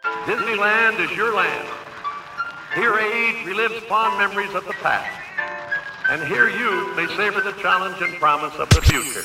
Disneyland is your land. Here age relives fond memories of the past. And here you may savor the challenge and promise of the future.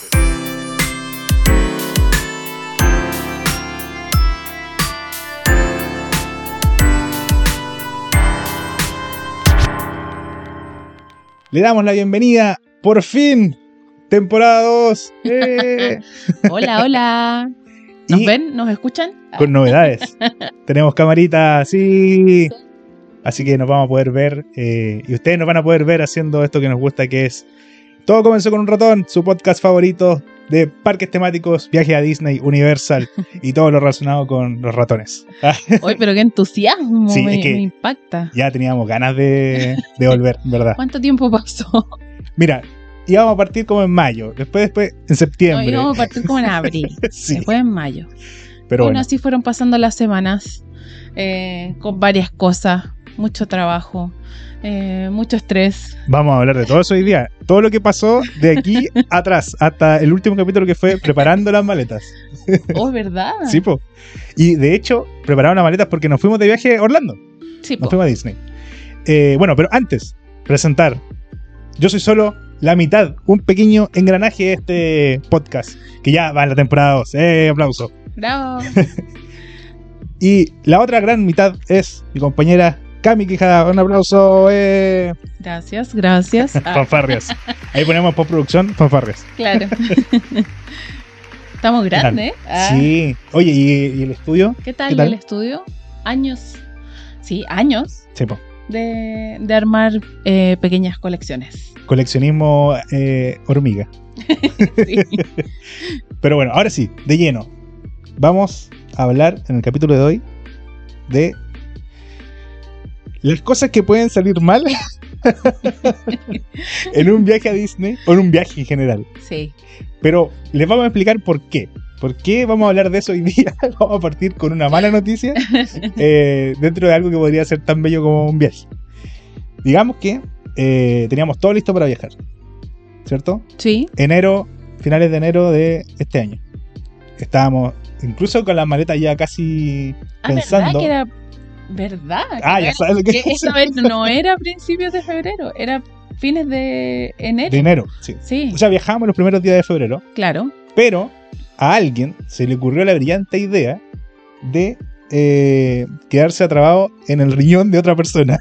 Le damos la bienvenida, por fin, temporada 2. Hola, hola. ¿Nos ven? ¿Nos escuchan? Con novedades. Tenemos camaritas, sí. Así que nos vamos a poder ver, y ustedes nos van a poder ver haciendo esto que nos gusta, que es Todo comenzó con un ratón, su podcast favorito de parques temáticos, viaje a Disney, Universal y todo lo relacionado con los ratones. Oye, pero qué entusiasmo, sí, me es que impacta. Ya teníamos ganas de volver, ¿verdad? ¿Cuánto tiempo pasó? Mira, íbamos a partir como en mayo, después en septiembre. No, íbamos a partir como en abril, sí. Después en mayo. Pero bueno, así fueron pasando las semanas, con varias cosas, mucho trabajo, mucho estrés. Vamos a hablar de todo eso hoy día. Todo lo que pasó de aquí atrás hasta el último capítulo, que fue preparando las maletas. Oh, ¿verdad? Sí, po. Y de hecho, prepararon las maletas porque nos fuimos de viaje a Orlando. Sí, Nos fuimos a Disney. Bueno, pero antes, presentar. Yo soy solo la mitad, un pequeño engranaje de este podcast, que ya va en la temporada 2. Aplauso. Bravo. Y la otra gran mitad es mi compañera Cami Quijada. Un aplauso. Gracias, gracias. Fanfarrias. Ahí ponemos postproducción, fanfarrias. Claro. Estamos grandes, ¿eh? Sí. Oye, ¿y el estudio? ¿Qué tal el estudio? Años. Sí, años. Sí, po. De armar pequeñas colecciones. Coleccionismo hormiga. Sí. Pero bueno, ahora sí, de lleno. Vamos a hablar en el capítulo de hoy de las cosas que pueden salir mal en un viaje a Disney o en un viaje en general. Sí. Pero les vamos a explicar por qué. ¿Por qué vamos a hablar de eso hoy día? Vamos a partir con una mala noticia dentro de algo que podría ser tan bello como un viaje. Digamos que teníamos todo listo para viajar, ¿cierto? Sí. Finales de enero de este año. Estábamos incluso con las maletas ya casi pensando. ¿Verdad? Ya sabes lo que es. Esta vez no era principios de febrero, era fines de enero. De enero, sí. O sea, viajamos los primeros días de febrero. Claro. Pero a alguien se le ocurrió la brillante idea de quedarse atrapado en el riñón de otra persona.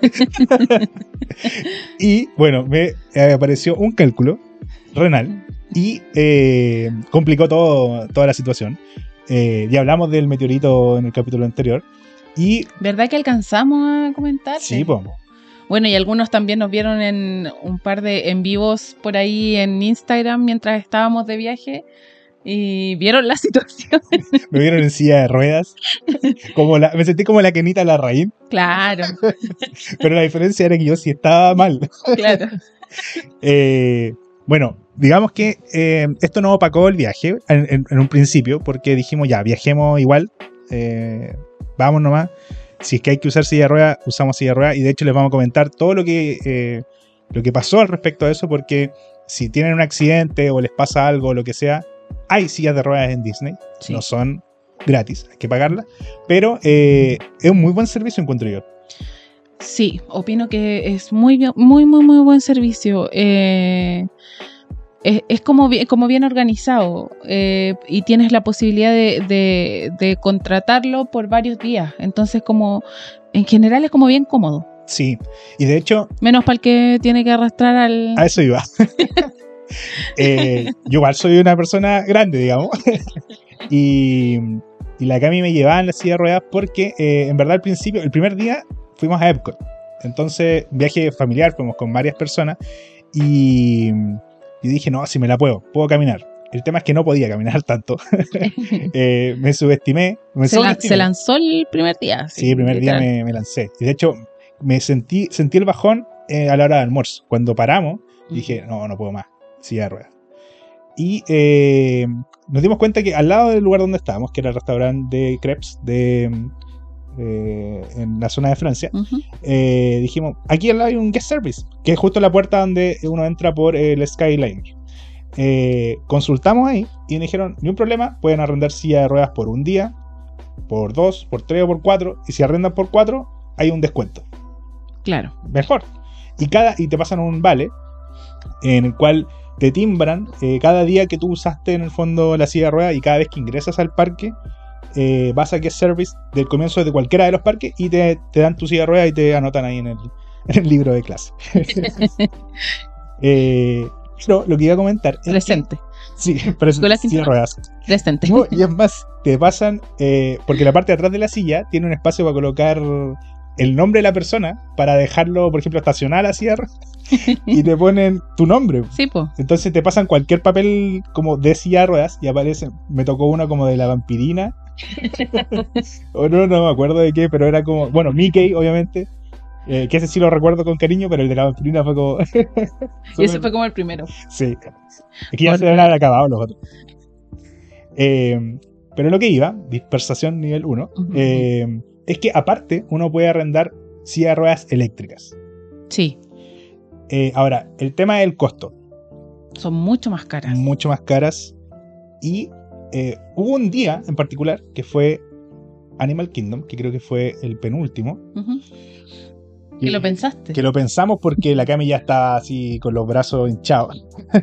Y bueno, me apareció un cálculo renal y complicó toda la situación. Ya hablamos del meteorito en el capítulo anterior. Y ¿verdad que alcanzamos a comentar? Sí, pues. Bueno, y algunos también nos vieron en un par de en vivos por ahí en Instagram mientras estábamos de viaje y vieron la situación. Me vieron en silla de ruedas. Me sentí como la Kenita Larraín. Claro. Pero la diferencia era que yo sí estaba mal. Claro. Bueno, digamos que esto no opacó el viaje en un principio, porque dijimos ya, viajemos igual. Vamos nomás. Si es que hay que usar silla de ruedas, usamos silla de ruedas. Y de hecho les vamos a comentar todo lo que pasó al respecto de eso, porque si tienen un accidente o les pasa algo o lo que sea, hay sillas de ruedas en Disney. Sí. No son gratis, hay que pagarlas. Pero es un muy buen servicio, encuentro yo. Sí, opino que es muy buen servicio. Es como bien organizado, y tienes la posibilidad de contratarlo por varios días. Entonces, como en general es como bien cómodo. Sí, y de hecho... menos para el que tiene que arrastrar al... A eso iba. Yo igual soy una persona grande, digamos. y la Cami me llevaba en la silla de ruedas porque, en verdad, al principio, el primer día, fuimos a Epcot. Entonces, viaje familiar, fuimos con varias personas. Y dije, no, si me la puedo caminar. El tema es que no podía caminar tanto. Me subestimé. Se lanzó el primer día. Sí, el primer día me lancé. Y de hecho, sentí el bajón a la hora de almuerzo. Cuando paramos, dije, no puedo más. Silla de ruedas. Y nos dimos cuenta que al lado del lugar donde estábamos, que era el restaurante de crepes en la zona de Francia, dijimos, aquí al lado hay un guest service, que es justo la puerta donde uno entra por el Skyline. Consultamos ahí y me dijeron, ni un problema, pueden arrendar silla de ruedas por un día por 2, por 3 o por 4, y si arrendan por 4, hay un descuento. Claro. Mejor. Y te pasan un vale en el cual te timbran cada día que tú usaste en el fondo la silla de ruedas, y cada vez que ingresas al parque vas a Get Service del comienzo de cualquiera de los parques y te dan tu silla de ruedas y te anotan ahí en el libro de clase. Pero lo que iba a comentar es Presente. sí, presente, silla de ruedas. Presente. No, y es más, te pasan porque la parte de atrás de la silla tiene un espacio para colocar el nombre de la persona, para dejarlo, por ejemplo, estacionar la silla de ruedas, y te ponen tu nombre. Sí, pues. Entonces te pasan cualquier papel como de silla de ruedas y aparece, me tocó una como de la vampirina o no me acuerdo de qué, pero era como, bueno, Mickey obviamente, que ese sí lo recuerdo con cariño, pero el de la vampirina fue como Y ese fue como el primero. sí, es que ya se habían acabado los otros. Pero lo que iba, dispersación nivel 1, es que aparte uno puede arrendar silla de ruedas eléctricas. Sí. Ahora, el tema del costo. Son mucho más caras. Mucho más caras. Y hubo un día en particular que fue Animal Kingdom, que creo que fue el penúltimo. Uh-huh. ¿Que lo pensaste? Que lo pensamos porque la Cami ya estaba así con los brazos hinchados.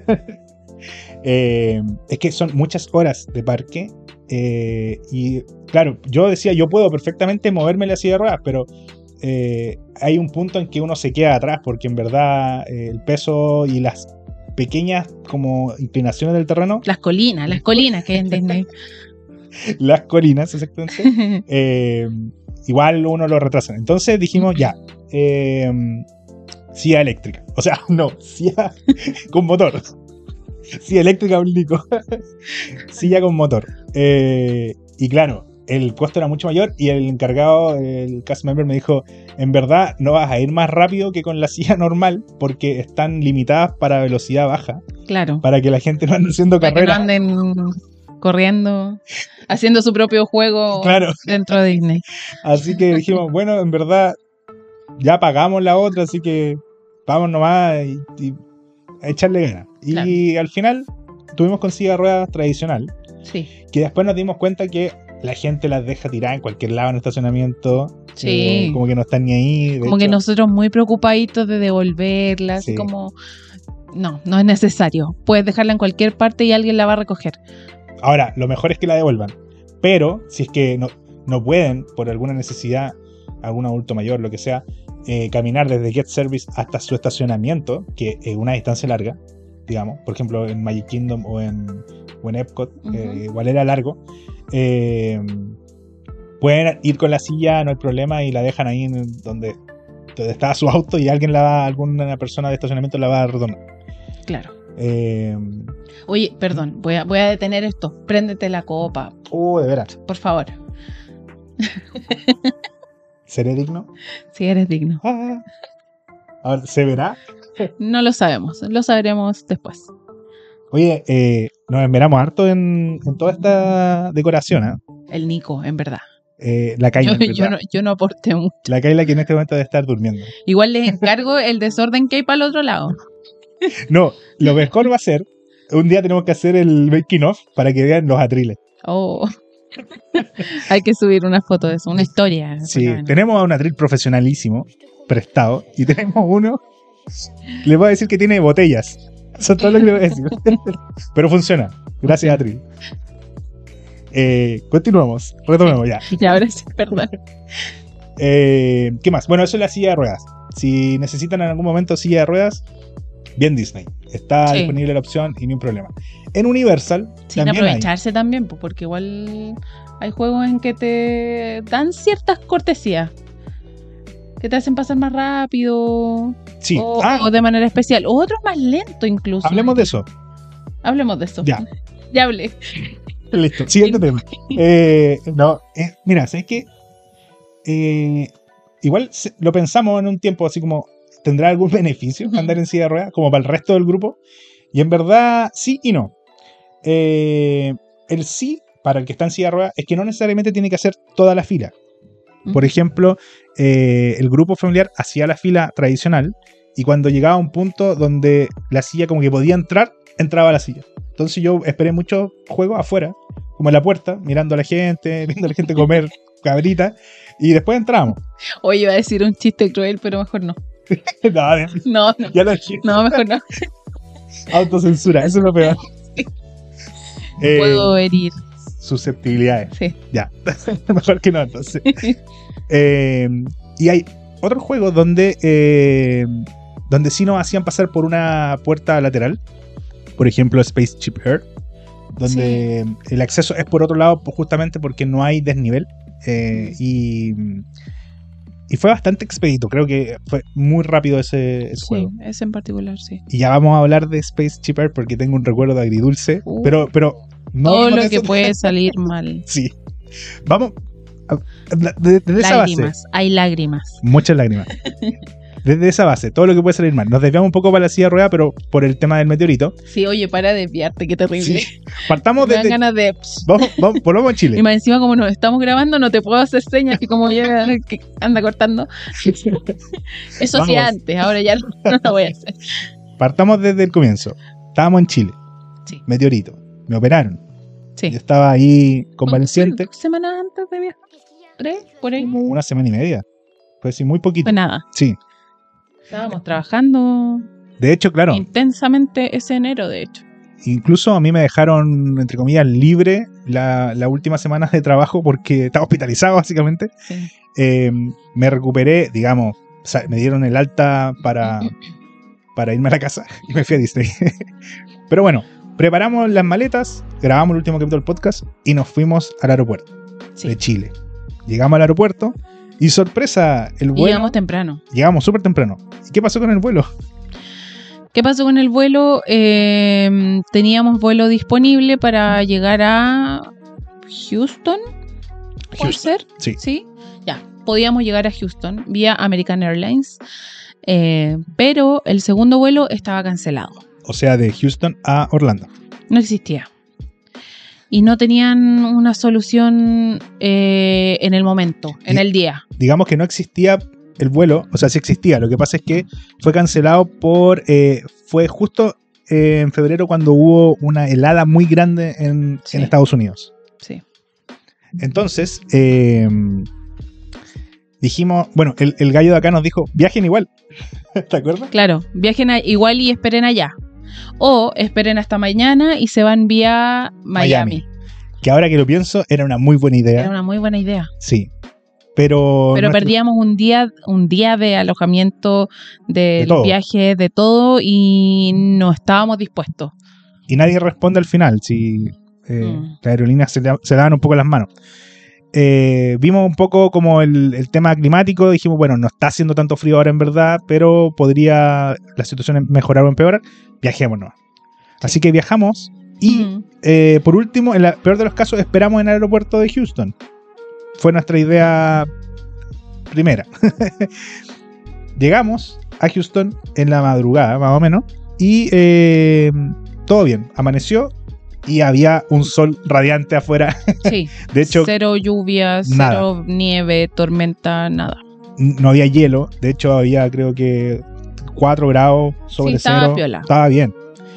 Es que son muchas horas de parque. Y claro, yo decía, yo puedo perfectamente moverme la silla de ruedas, pero hay un punto en que uno se queda atrás, porque en verdad el peso y las pequeñas como inclinaciones del terreno, Las colinas que hay en Disney. las colinas exactamente, igual uno lo retrasa. Entonces dijimos ya, silla eléctrica, o sea, no, silla con motor, silla eléctrica oblico, silla con motor, y claro, el costo era mucho mayor, y el encargado, el cast member, me dijo, en verdad no vas a ir más rápido que con la silla normal, porque están limitadas para velocidad baja. Claro. Para que la gente no ande haciendo Para carreras. que no anden corriendo, haciendo su propio juego Claro. dentro de Disney. Así que dijimos, bueno, en verdad ya pagamos la otra, así que vamos nomás y a echarle ganas. Claro. Y al final tuvimos con silla de ruedas tradicional, Sí. que después nos dimos cuenta que la gente las deja tiradas en cualquier lado en el estacionamiento. Sí. Como que no están ni ahí. De Como hecho, que nosotros muy preocupaditos de devolverlas, Sí. como no es necesario. Puedes dejarla en cualquier parte y alguien la va a recoger. Ahora, lo mejor es que la devuelvan. Pero si es que no pueden, por alguna necesidad, algún adulto mayor, lo que sea, caminar desde Get Service hasta su estacionamiento, que es una distancia larga, digamos, por ejemplo en Magic Kingdom o en Epcot, igual era largo, pueden ir con la silla, no hay problema, y la dejan ahí donde estaba su auto, y alguna persona de estacionamiento la va a retornar. Claro. Oye, perdón, voy a detener esto. Préndete la copa, De veras. por favor. ¿Seré digno? Si eres digno. A ver, ¿se verá? No lo sabemos, lo sabremos después. Oye, nos esmeramos harto en toda esta decoración, ¿eh? El Nico, en verdad. La Kaila, Yo no aporté mucho. la Kaila, que en este momento debe estar durmiendo. Igual les encargo el desorden que hay para el otro lado. No, lo mejor va a ser, un día tenemos que hacer el making of para que vean los atriles. Oh. Hay que subir una foto de eso, una historia. Sí, Bueno. tenemos a un atril profesionalísimo, prestado, y tenemos uno, le voy a decir que tiene botellas. Eso es todo lo que le voy a decir. Pero funciona, gracias atril. Continuamos, retomemos ya. Y ahora sí, perdón. ¿Qué más? Bueno, eso es la silla de ruedas. Si necesitan en algún momento silla de ruedas, bien Disney. Está Sí. disponible la opción y ni un problema. En Universal Sin también aprovecharse también, pues, porque igual hay juegos en que te dan ciertas cortesías. Que te hacen pasar más rápido. hay. Sí. O de manera especial. O otros más lento incluso. Hablemos de eso. Hablemos de eso. Ya. Ya hablé. Listo. Siguiente tema. Mira, ¿sabes qué? Igual lo pensamos en un tiempo así como, ¿tendrá algún beneficio andar en silla de ruedas? Como para el resto del grupo. Y en verdad, sí y no. El sí, para el que está en silla de ruedas, es que no necesariamente tiene que hacer toda la fila. Por ejemplo, el grupo familiar hacía la fila tradicional, y cuando llegaba a un punto donde la silla como que podía entrar, entraba la silla. Entonces yo esperé muchos juegos afuera, como en la puerta, mirando a la gente, viendo a la gente comer cabrita, y después entramos. Oye, iba a decir un chiste cruel, pero mejor no. No, No, ya lo dije. no, mejor no. Autocensura, eso es lo peor. Puedo herir. Susceptibilidades. Sí. Ya, mejor que no, entonces. Y hay otros juegos donde sí nos hacían pasar por una puerta lateral. Por ejemplo, Spaceship Earth, donde el acceso es por otro lado, justamente porque no hay desnivel. Y fue bastante expedito. Creo que fue muy rápido ese juego. Sí, ese en particular, sí. Y ya vamos a hablar de Spaceship Earth porque tengo un recuerdo agridulce. Pero no todo lo de que eso. puede salir mal. Sí. Vamos. Desde esa base. Lágrimas, hay lágrimas. Muchas lágrimas. Desde esa base, todo lo que puede salir mal. Nos desviamos un poco para la silla de rueda, pero por el tema del meteorito. Sí, oye, para de desviarte, qué terrible. Sí. Partamos Me dan desde. ganas de... Volvamos a Chile. Y más encima, como nos estamos grabando, no te puedo hacer señas que como ya que anda cortando. Eso Vamos. sí antes, ahora ya no lo voy a hacer. Partamos desde el comienzo. Estábamos en Chile. Sí. Meteorito. Me operaron. Sí. Yo estaba ahí convaleciente. 2 semanas antes de viajar. 3, por ahí. Como una semana y media. Fue así, muy poquito. Pues nada. Sí. Estábamos trabajando De hecho, claro. intensamente ese enero, de hecho. Incluso a mí me dejaron, entre comillas, libre la última semana de trabajo porque estaba hospitalizado, básicamente. Sí. Me recuperé, digamos, o sea, me dieron el alta para irme a la casa y me fui a Disney. Pero bueno, preparamos las maletas, grabamos el último capítulo del podcast y nos fuimos al aeropuerto de Chile. Llegamos al aeropuerto y sorpresa, el vuelo... Llegamos temprano. Llegamos súper temprano. ¿Y qué pasó con el vuelo? ¿Qué pasó con el vuelo? Teníamos vuelo disponible para llegar a Houston, ¿puede ser? Sí. Sí, ya. Podíamos llegar a Houston vía American Airlines, pero el segundo vuelo estaba cancelado. O sea, de Houston a Orlando. No existía. Y no tenían una solución en el momento, en el día. Digamos que no existía el vuelo, o sea, sí existía. Lo que pasa es que fue cancelado fue justo en febrero cuando hubo una helada muy grande en Estados Unidos. Sí. Entonces, dijimos, bueno, el gallo de acá nos dijo, viajen igual. ¿Te acuerdas? Claro, viajen igual y esperen allá. O esperen hasta mañana y se van vía Miami. Que ahora que lo pienso, era una muy buena idea. Era una muy buena idea. Sí. Pero perdíamos un día de alojamiento, del viaje, de todo, y no estábamos dispuestos. Y nadie responde al final, si las aerolíneas se daban un poco las manos. Vimos un poco como el tema climático, dijimos, bueno, no está haciendo tanto frío ahora en verdad, pero podría la situación mejorar o empeorar, viajémonos. Así que viajamos y por último, en el peor de los casos, esperamos en el aeropuerto de Houston. Fue nuestra idea primera. Llegamos a Houston en la madrugada, más o menos, y todo bien, amaneció y había un sol radiante afuera. Sí, de hecho, cero lluvias, cero nieve, tormenta, nada. No había hielo, de hecho había creo que 4 grados sobre cero. Piola. Estaba bien.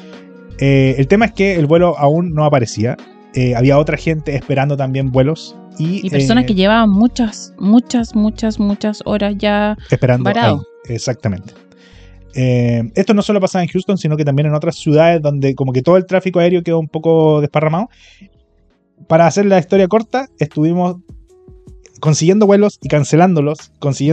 El tema es que el vuelo aún no aparecía. Había otra gente esperando también vuelos. Y personas que llevaban muchas horas ya esperando parado. Ahí. Exactamente. Esto no solo pasaba en Houston, sino que también en otras ciudades donde como que todo el tráfico aéreo quedó un poco desparramado. Para hacer la historia corta, estuvimos consiguiendo vuelos y cancelándolos,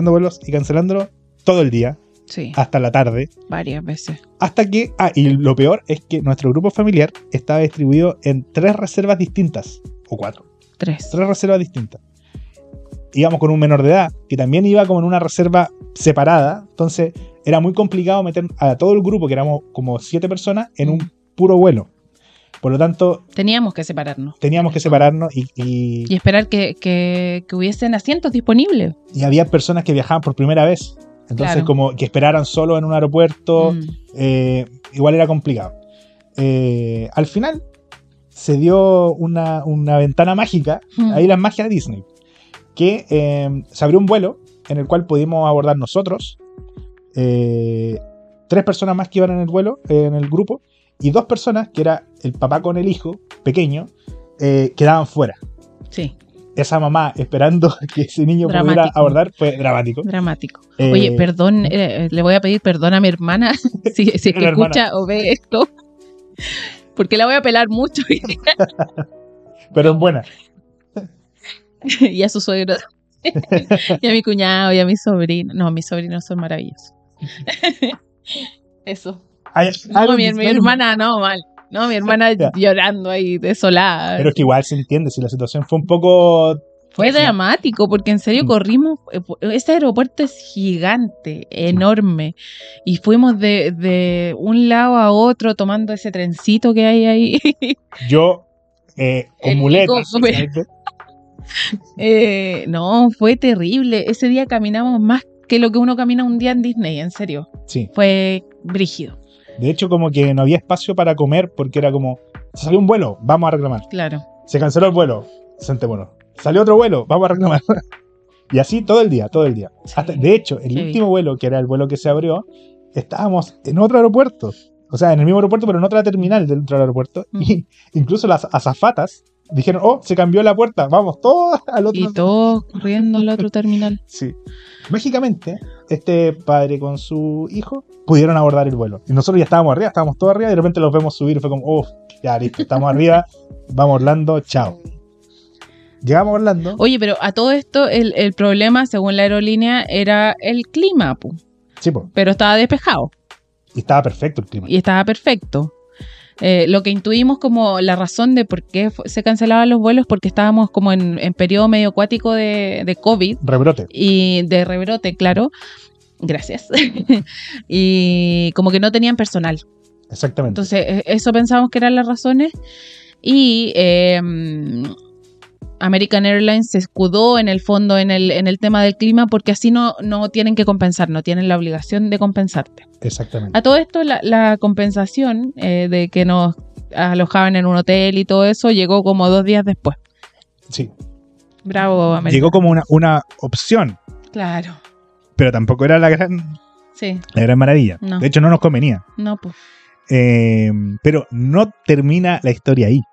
todo el día. Sí. Hasta la tarde. Varias veces. Hasta que... y lo peor es que nuestro grupo familiar estaba distribuido en 3 reservas distintas. O 4. 3 reservas distintas. Íbamos con un menor de edad, que también iba como en una reserva separada. Entonces era muy complicado meter a todo el grupo, que éramos como 7 personas, en un puro vuelo. Por lo tanto... Teníamos que separarnos y esperar que hubiesen asientos disponibles. Y había personas que viajaban por primera vez. Entonces, como que esperaran solo en un aeropuerto, igual era complicado. Al final se dio una ventana mágica, ahí la magia de Disney, que se abrió un vuelo en el cual pudimos abordar nosotros, 3 personas más que iban en el vuelo, en el grupo, y 2 personas, que era el papá con el hijo pequeño, quedaban fuera. Sí, Esa mamá esperando que ese niño pudiera Dramático. abordar fue dramático. dramático. Eh, Oye, perdón, le voy a pedir perdón a mi hermana si es que La hermana. escucha o ve esto, porque la voy a pelar mucho Pero es buena. y a su suegro y a mi cuñado y a mi sobrino. No, mis sobrinos son maravillosos. Eso. No, mi hermana no, mal. No, mi hermana Ya. llorando ahí, desolada. Pero es que igual se entiende, si la situación fue un poco... Fue dramático, porque en serio corrimos. Este aeropuerto es gigante, enorme. Y fuimos de un lado a otro tomando ese trencito que hay ahí. Yo, con El muletas, Nico, ¿sabes? No, fue terrible. Ese día caminamos más que lo que uno camina un día en Disney, en serio. Sí. Fue brígido, De hecho, como que no había espacio para comer porque era como, se salió un vuelo, vamos a reclamar. claro. Se canceló el vuelo, sentémonos. Salió otro vuelo, vamos a reclamar. Y así todo el día, todo el día. Sí. Hasta, de hecho, el Heavy. último vuelo, que era el vuelo que se abrió, estábamos en otro aeropuerto. O sea, en el mismo aeropuerto, pero en otra terminal dentro del aeropuerto. Mm. Y incluso las azafatas dijeron, oh, se cambió la puerta, vamos todos al otro. Y todos corriendo al otro terminal. Sí. Mágicamente, este padre con su hijo pudieron abordar el vuelo. Y nosotros ya estábamos arriba, estábamos todos arriba, y de repente los vemos subir y fue como, oh, ya listo, estamos arriba, vamos a Orlando, chao. Llegamos a Orlando. Oye, pero a todo esto, el problema, según la aerolínea, era el clima, pu. Sí, pues. Pero estaba despejado Y estaba perfecto el clima. y estaba perfecto. Lo que intuimos como la razón de por qué se cancelaban los vuelos, porque estábamos como en periodo medio acuático de COVID Rebrote. y de rebrote, claro. Gracias. Y como que no tenían personal. Exactamente. Entonces, eso pensamos que eran las razones. Y American Airlines se escudó en el fondo en el tema del clima, porque así no tienen que compensar, no tienen la obligación de compensarte. Exactamente. A todo esto, la compensación de que nos alojaban en un hotel y todo eso llegó como 2 días después. Sí. Bravo, American. Llegó como una opción, Claro, pero tampoco era la gran sí, maravilla. No. De hecho, no nos convenía. no, pues. Pero no termina la historia ahí.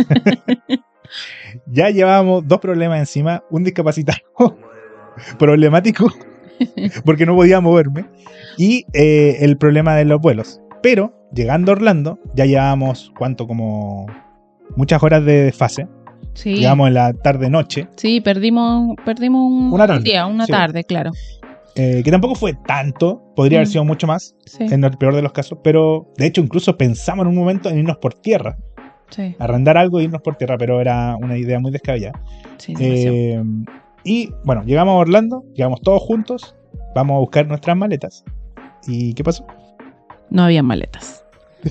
Ya llevábamos 2 problemas encima, un discapacitado problemático porque no podía moverme y el problema de los vuelos. Pero llegando a Orlando ya llevábamos como muchas horas de desfase. Sí, Llegamos en la tarde-noche, sí, perdimos Una tarde. día, una Sí. tarde, claro. que tampoco fue tanto, podría haber sido mucho más Sí, en el peor de los casos, pero de hecho incluso pensamos en un momento en irnos por tierra, sí, arrendar algo e irnos por tierra, pero era una idea muy descabellada. sí, demasiado. Y bueno, llegamos a Orlando, llegamos todos juntos, vamos a buscar nuestras maletas. ¿Y qué pasó? No había maletas.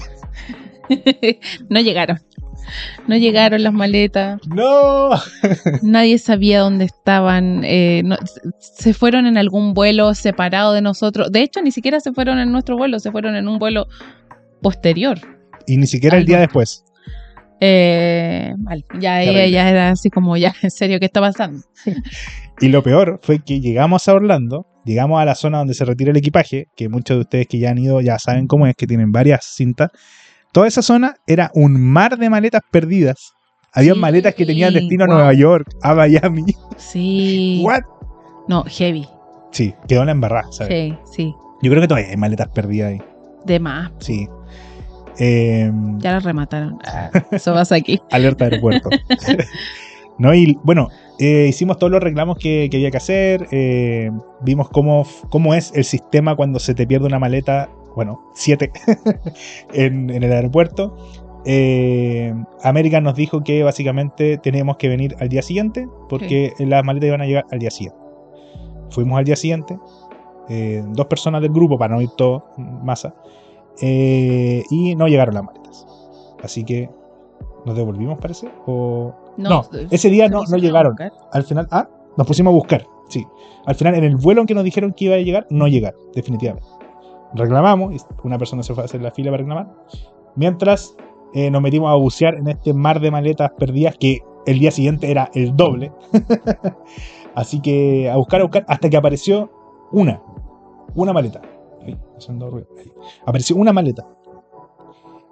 No llegaron. No llegaron las maletas. ¡No! Nadie sabía dónde estaban. Se fueron en algún vuelo separado de nosotros. De hecho, ni siquiera se fueron en nuestro vuelo, se fueron en un vuelo posterior. Y ni siquiera el Algo. día después. Mal. Ya ella Terrible. ya era así como, ya, en serio, ¿qué está pasando? Y lo peor fue que llegamos a Orlando, llegamos a la zona donde se retira el equipaje, que muchos de ustedes que ya han ido ya saben cómo es, que tienen varias cintas. Toda esa zona era un mar de maletas perdidas. Había Sí, maletas que tenían destino a wow. Nueva York, a Miami. Sí. ¿What? No, heavy. Sí, quedó en la embarrada, ¿sabes? Sí, sí. Yo creo que todavía hay maletas perdidas ahí. De más. Sí. Ya las remataron. Eso pasa aquí. Alerta de aeropuerto. No, y bueno, hicimos todos los reclamos que había que hacer. Vimos cómo es el sistema cuando se te pierde una maleta. Bueno, 7 en el aeropuerto. American nos dijo que básicamente teníamos que venir al día siguiente porque las maletas iban a llegar al día siguiente. Fuimos al día siguiente, 2 personas del grupo para no ir todos, masa, y no llegaron las maletas. Así que nos devolvimos, parece. No, ese día no llegaron. Al final, nos pusimos a buscar. Sí, al final en el vuelo en que nos dijeron que iba a llegar, no llegaron, definitivamente. Reclamamos, y una persona se fue a hacer la fila para reclamar. Mientras nos metimos a bucear en este mar de maletas perdidas que el día siguiente era el doble. Así que a buscar, hasta que apareció una maleta. Ahí, haciendo ruido. Ahí. Apareció una maleta.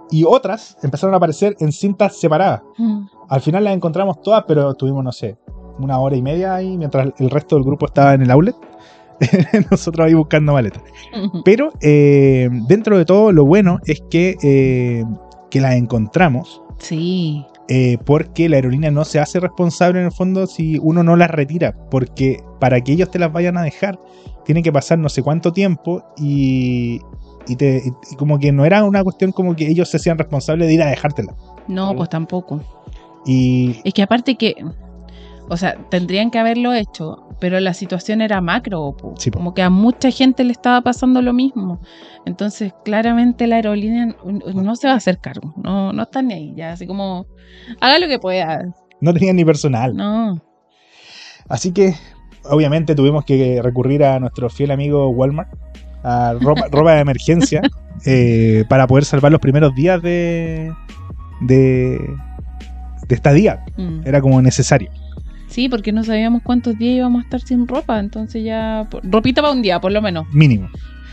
y otras empezaron a aparecer en cintas separadas. Al final las encontramos todas, pero tuvimos, no sé, 1 hora y media ahí, mientras el resto del grupo estaba en el outlet. Nosotros ahí buscando maletas. Pero dentro de todo, lo bueno es que las encontramos. Sí. Porque la aerolínea no se hace responsable en el fondo si uno no las retira, porque para que ellos te las vayan a dejar tiene que pasar no sé cuánto tiempo y como que no era una cuestión como que ellos se hacían responsables de ir a dejártela. No, pues tampoco. Y es que aparte que, o sea, tendrían que haberlo hecho, pero la situación era macro, sí, como que a mucha gente le estaba pasando lo mismo. Entonces, claramente la aerolínea no se va a hacer cargo, no está ni ahí, ya, así como, haga lo que pueda. No tenían ni personal. No. Así que, obviamente, tuvimos que recurrir a nuestro fiel amigo Walmart, a ropa de emergencia, para poder salvar los primeros días de estadía. Era como necesario. Sí, porque no sabíamos cuántos días íbamos a estar sin ropa, entonces ya... Ropita para un día, por lo menos. Mínimo.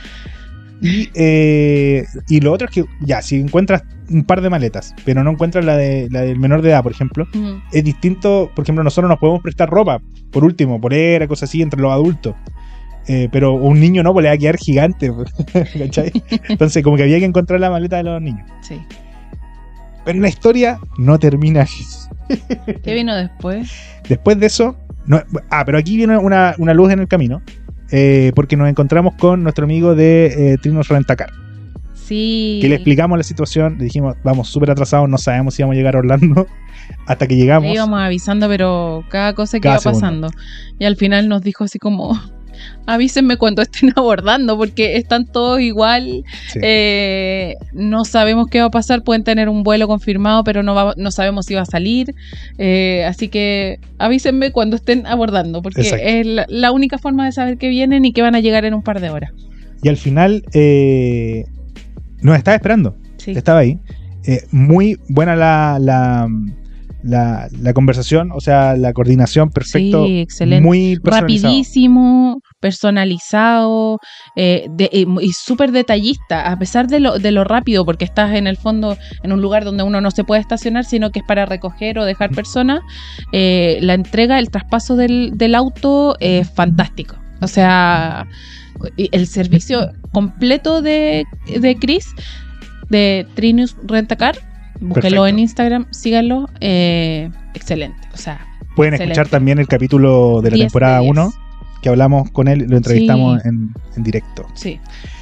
Y lo otro es que, ya, si encuentras un par de maletas, pero no encuentras la del menor de edad, por ejemplo, es distinto. Por ejemplo, nosotros nos podemos prestar ropa, por último, polera, cosas así, entre los adultos. Pero un niño no, pues le va a quedar gigante. ¿Cachai? Entonces, como que había que encontrar la maleta de los niños. Sí. Pero la historia no termina. ¿Qué vino después? Después de eso... pero aquí viene una luz en el camino. Porque nos encontramos con nuestro amigo de Trinos Rentacar. Sí. Que le explicamos la situación. Le dijimos, vamos súper atrasados, no sabemos si vamos a llegar a Orlando. Hasta que llegamos. Le íbamos avisando, pero cada cosa que iba pasando. Y al final nos dijo así como... Avísenme cuando estén abordando, porque están todos igual. Sí. No sabemos qué va a pasar. Pueden tener un vuelo confirmado, pero no sabemos si va a salir. Así que avísenme cuando estén abordando, porque exacto, es la única forma de saber que vienen y que van a llegar en un par de horas. Y al final nos estaba esperando. Sí. Estaba ahí. Muy buena la conversación, o sea, la coordinación, perfecto. Sí, excelente. Muy personalizado. Rapidísimo, personalizado y súper detallista, a pesar de lo rápido, porque estás en el fondo en un lugar donde uno no se puede estacionar, sino que es para recoger o dejar personas. La entrega, el traspaso del auto es fantástico. O sea, el servicio completo de Chris, de Trinus Rentacar, búsquenlo en Instagram, síganlo, excelente, o sea, pueden excelente. Escuchar también el capítulo de la temporada 1 que hablamos con él, lo entrevistamos sí. en directo. Sí.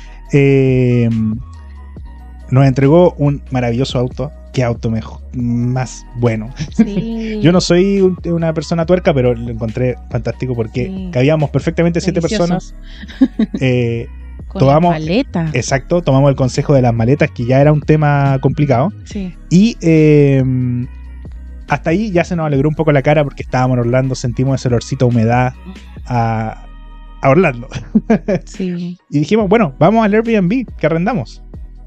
Nos entregó un maravilloso auto. Qué auto más bueno. Sí. Yo no soy una persona tuerca, pero lo encontré fantástico porque sí. Cabíamos perfectamente 7 personas. Tomamos maletas. Exacto, tomamos el consejo de las maletas, que ya era un tema complicado. Sí. Y hasta ahí ya se nos alegró un poco la cara porque estábamos en Orlando, sentimos ese olorcito a humedad a Orlando. Sí. Y dijimos, bueno, vamos al Airbnb que arrendamos.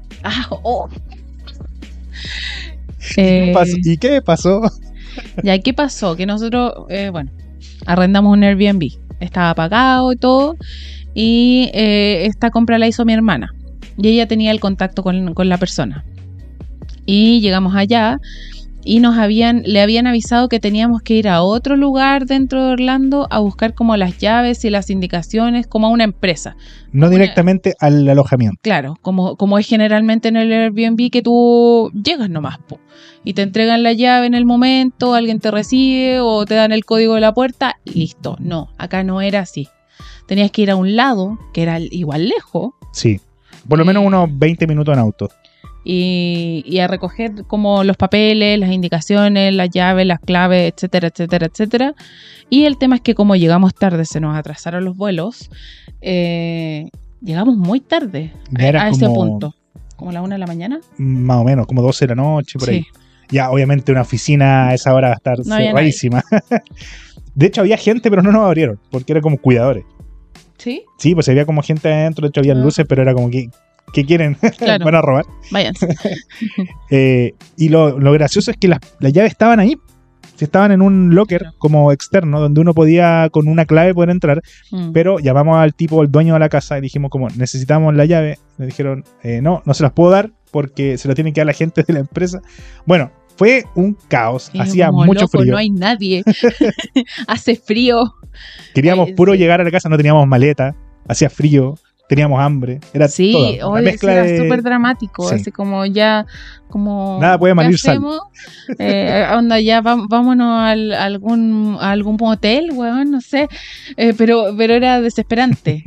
¿Y qué pasó? Ya, ¿qué pasó? Que nosotros, arrendamos un Airbnb. Estaba pagado y todo. Y esta compra la hizo mi hermana. Y ella tenía el contacto con la persona. Y llegamos allá y le habían avisado que teníamos que ir a otro lugar dentro de Orlando a buscar como las llaves y las indicaciones, como a una empresa. No directamente al alojamiento. Claro, como es generalmente en el Airbnb, que tú llegas nomás, y te entregan la llave en el momento, alguien te recibe o te dan el código de la puerta y listo. No, acá no era así. Tenías que ir a un lado, que era igual lejos. Sí, por lo menos unos 20 minutos en auto. Y a recoger como los papeles, las indicaciones, las llaves, las claves, etcétera, etcétera, etcétera. Y el tema es que como llegamos tarde, se nos atrasaron los vuelos, llegamos muy tarde a ese punto. ¿Como la 1 de la mañana? Más o menos, como 12 de la noche, por ahí. Ya, obviamente una oficina a esa hora va a estar cerradísima. De hecho, había gente, pero no nos abrieron, porque era como cuidadores. ¿Sí? Sí, pues había como gente adentro, de hecho había luces, pero era como que ¿qué quieren? Claro. Van a robar. Váyanse. Y lo gracioso es que las llaves estaban ahí. Estaban en un locker como externo, donde uno podía con una clave poder entrar, pero llamamos al tipo, el dueño de la casa, y dijimos como, necesitamos la llave. Le dijeron, no se las puedo dar porque se lo tienen que dar la gente de la empresa. Bueno, fue un caos, Y hacía como mucho loco, frío. no hay nadie. Hace frío. Queríamos Oye, puro sí. llegar a la casa, no teníamos maleta, hacía frío, teníamos hambre, era Sí, todo, una oye, sí, mezcla era de... súper dramático. Sí. Así como ya, como. Nada puede ¿qué malir sal. hacemos? Onda, ya vámonos a algún motel, weón, no sé. Pero era desesperante.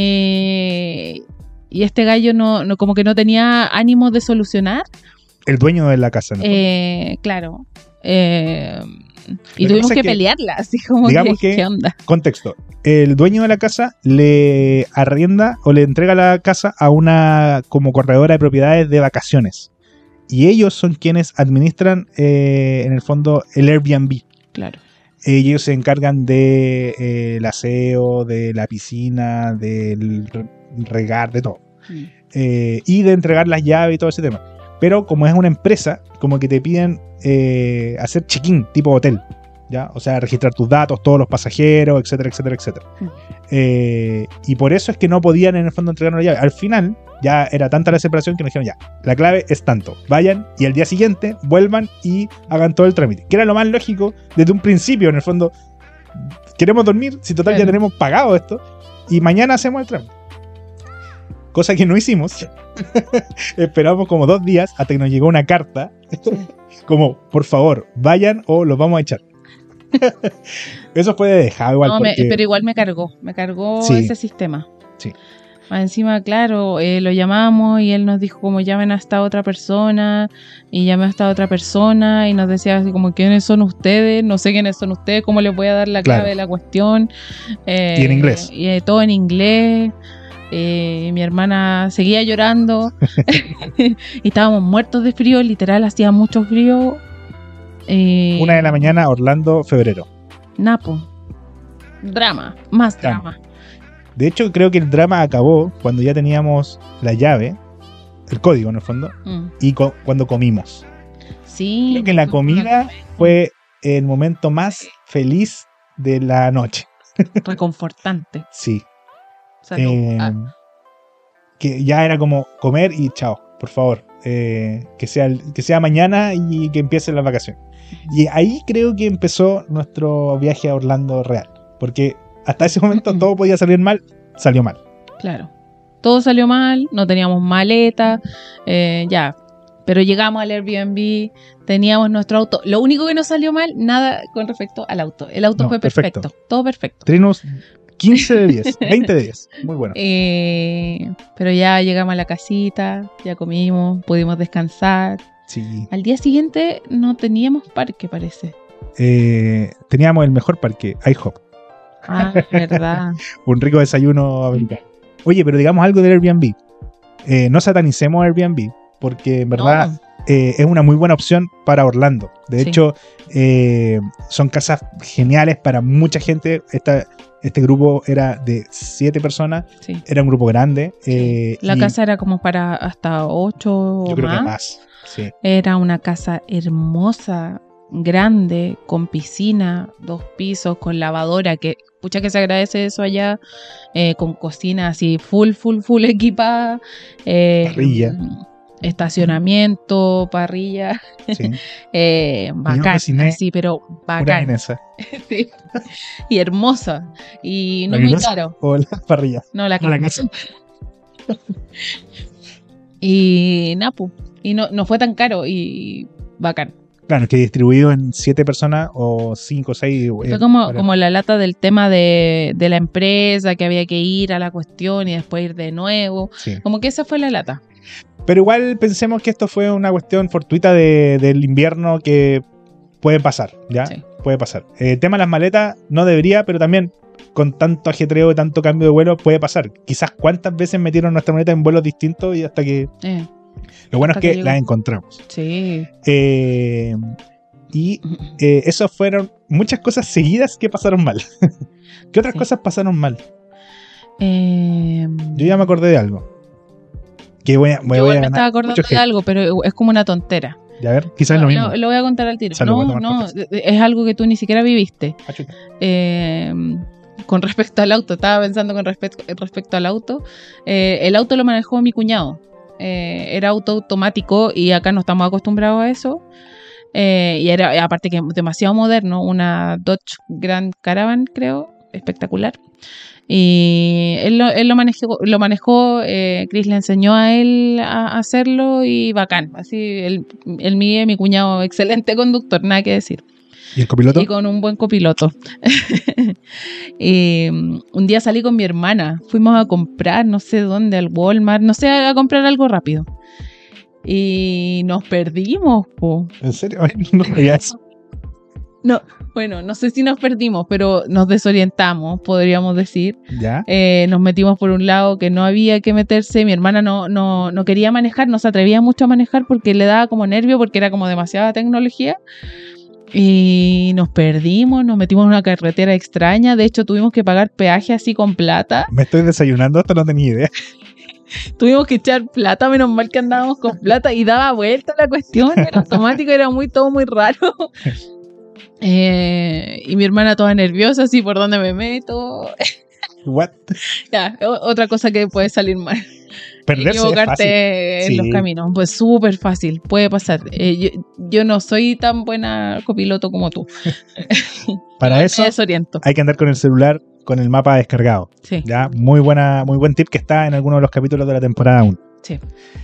Y este gallo no, como que no tenía ánimo de solucionar. El dueño de la casa, ¿no? Claro. Y Lo que tuvimos pasa que es que, pelearla, así como digamos que- ¿qué onda? Contexto. El dueño de la casa le arrienda o le entrega la casa a una como corredora de propiedades de vacaciones. Y ellos son quienes administran, en el fondo, el Airbnb. Claro. Ellos se encargan de el aseo, de la piscina, del regar, de todo. Y de entregar las llaves y todo ese tema. Pero como es una empresa, como que te piden hacer check-in tipo hotel, ¿ya? O sea, registrar tus datos, todos los pasajeros, etcétera, etcétera, etcétera. Y por eso es que no podían en el fondo entregarnos la llave. Al final ya era tanta la separación que nos dijeron ya, la clave es tanto, vayan y al día siguiente vuelvan y hagan todo el trámite. Que era lo más lógico desde un principio, en el fondo. Queremos dormir, si total ya Claro. tenemos pagado esto, y mañana hacemos el trámite. Cosa que no hicimos. Esperamos como 2 días hasta que nos llegó una carta como, por favor, vayan o los vamos a echar. Eso fue de dejado igual. No, porque- pero igual me cargó Sí. ese sistema. Sí. Más encima, claro, lo llamamos y él nos dijo como llamen a esta otra persona y llamé a esta otra persona y nos decía así como ¿quiénes son ustedes? No sé quiénes son ustedes, ¿cómo les voy a dar la clave Claro. de la cuestión? Y en inglés. Y todo en inglés. Mi hermana seguía llorando y estábamos muertos de frío, literal hacía mucho frío. 1 de la mañana, Orlando, febrero. Napo. Drama, más Drama. drama. De hecho, creo que el drama acabó cuando ya teníamos la llave, el código en el fondo, Mm. y cuando comimos. Sí. Creo que la comida fue el momento más feliz de la noche. Reconfortante. Sí. Salud. Que ya era como comer y chao, por favor. Que sea mañana y que empiecen las vacaciones. Y ahí creo que empezó nuestro viaje a Orlando real. Porque hasta ese momento todo podía salir mal, salió mal. Claro. Todo salió mal, no teníamos maleta, ya. Pero llegamos al Airbnb, teníamos nuestro auto. Lo único que no salió mal, nada con respecto al auto. El auto No, fue perfecto. perfecto. Todo perfecto. Trinos 15 de 10, 20 de 10. Muy bueno. Pero ya llegamos a la casita, ya comimos, pudimos descansar. Sí. Al día siguiente no teníamos parque, parece. Teníamos el mejor parque, IHOP. Ah, verdad. Un rico desayuno americano. Oye, pero digamos algo del Airbnb. No satanicemos Airbnb, porque en verdad No. es una muy buena opción para Orlando. De Sí. hecho, son casas geniales para mucha gente. Este grupo era de 7 personas, Sí. era un grupo grande. La y casa era como para hasta 8 yo o creo que más. más. Sí. Era una casa hermosa, grande, con piscina, 2 pisos, con lavadora, que pucha que se agradece eso allá, con cocina así full equipada, Parrilla. estacionamiento, parrilla, Sí. bacán, cociné así, pero Pura bacán, vienesa. sí. Y hermosa, y no ¿La muy vienesa caro, o la parrilla? no la No, la casa. casa. Y Napu, y no fue tan caro, y bacán. Claro, que distribuido en 7 personas o 5 o 6. Fue como la lata del tema de la empresa, que había que ir a la cuestión y después ir de nuevo. Sí. Como que esa fue la lata. Pero igual pensemos que esto fue una cuestión fortuita del invierno que puede pasar, ¿ya? Sí. Puede pasar. El tema de las maletas no debería, pero también con tanto ajetreo y tanto cambio de vuelo puede pasar. Quizás cuántas veces metieron nuestra maleta en vuelos distintos y hasta que... Lo bueno es Hasta que que llegó. las encontramos. Sí. Y eso fueron muchas cosas seguidas que pasaron mal. ¿Qué otras Sí. cosas pasaron mal? Yo Yo ya me acordé de algo. Que me voy igual a me estaba ganar acordando mucho de hate. algo, pero es como una tontera. Ya ver, quizás es lo mismo. Lo voy a contar al tiro. Salud, voy a No, tomar no, café. es algo que tú ni siquiera viviste. Ah, chuta. Con respecto al auto, estaba pensando con respecto al auto. El auto lo manejó mi cuñado. era automático y acá no estamos acostumbrados a eso. Y era, aparte que demasiado moderno, una Dodge Grand Caravan, creo, espectacular. Y él lo manejó, Chris le enseñó a él a hacerlo y bacán. Así, mi cuñado, excelente conductor, nada que decir. ¿Y el copiloto? Y con un buen copiloto. Y un día salí con mi hermana, fuimos a comprar, no sé dónde, al Walmart, no sé, a comprar algo rápido. Y nos perdimos, po. ¿En serio? Ay, no sabía eso. No, bueno, no sé si nos perdimos, pero nos desorientamos, podríamos decir. ¿Ya? Nos metimos por un lado que no había que meterse. Mi hermana no quería manejar, no se atrevía mucho a manejar porque le daba como nervio, porque era como demasiada tecnología. Y nos perdimos, nos metimos en una carretera extraña. De hecho, tuvimos que pagar peaje así con plata. Me estoy desayunando, esto no tenía idea. Tuvimos que echar plata, menos mal que andábamos con plata y daba vuelta la cuestión, era automático, era todo muy raro. Y mi hermana toda nerviosa, así, ¿por dónde me meto? What? Ya, otra cosa que puede salir mal. Perderse Equivocarte es en fácil. los caminos, pues súper fácil, puede pasar. Yo no soy tan buena copiloto como tú. Para Igual eso me desoriento. hay que andar con el celular con el mapa descargado. Sí, Ya, muy buen tip que está en alguno de los capítulos de la temporada 1. sí.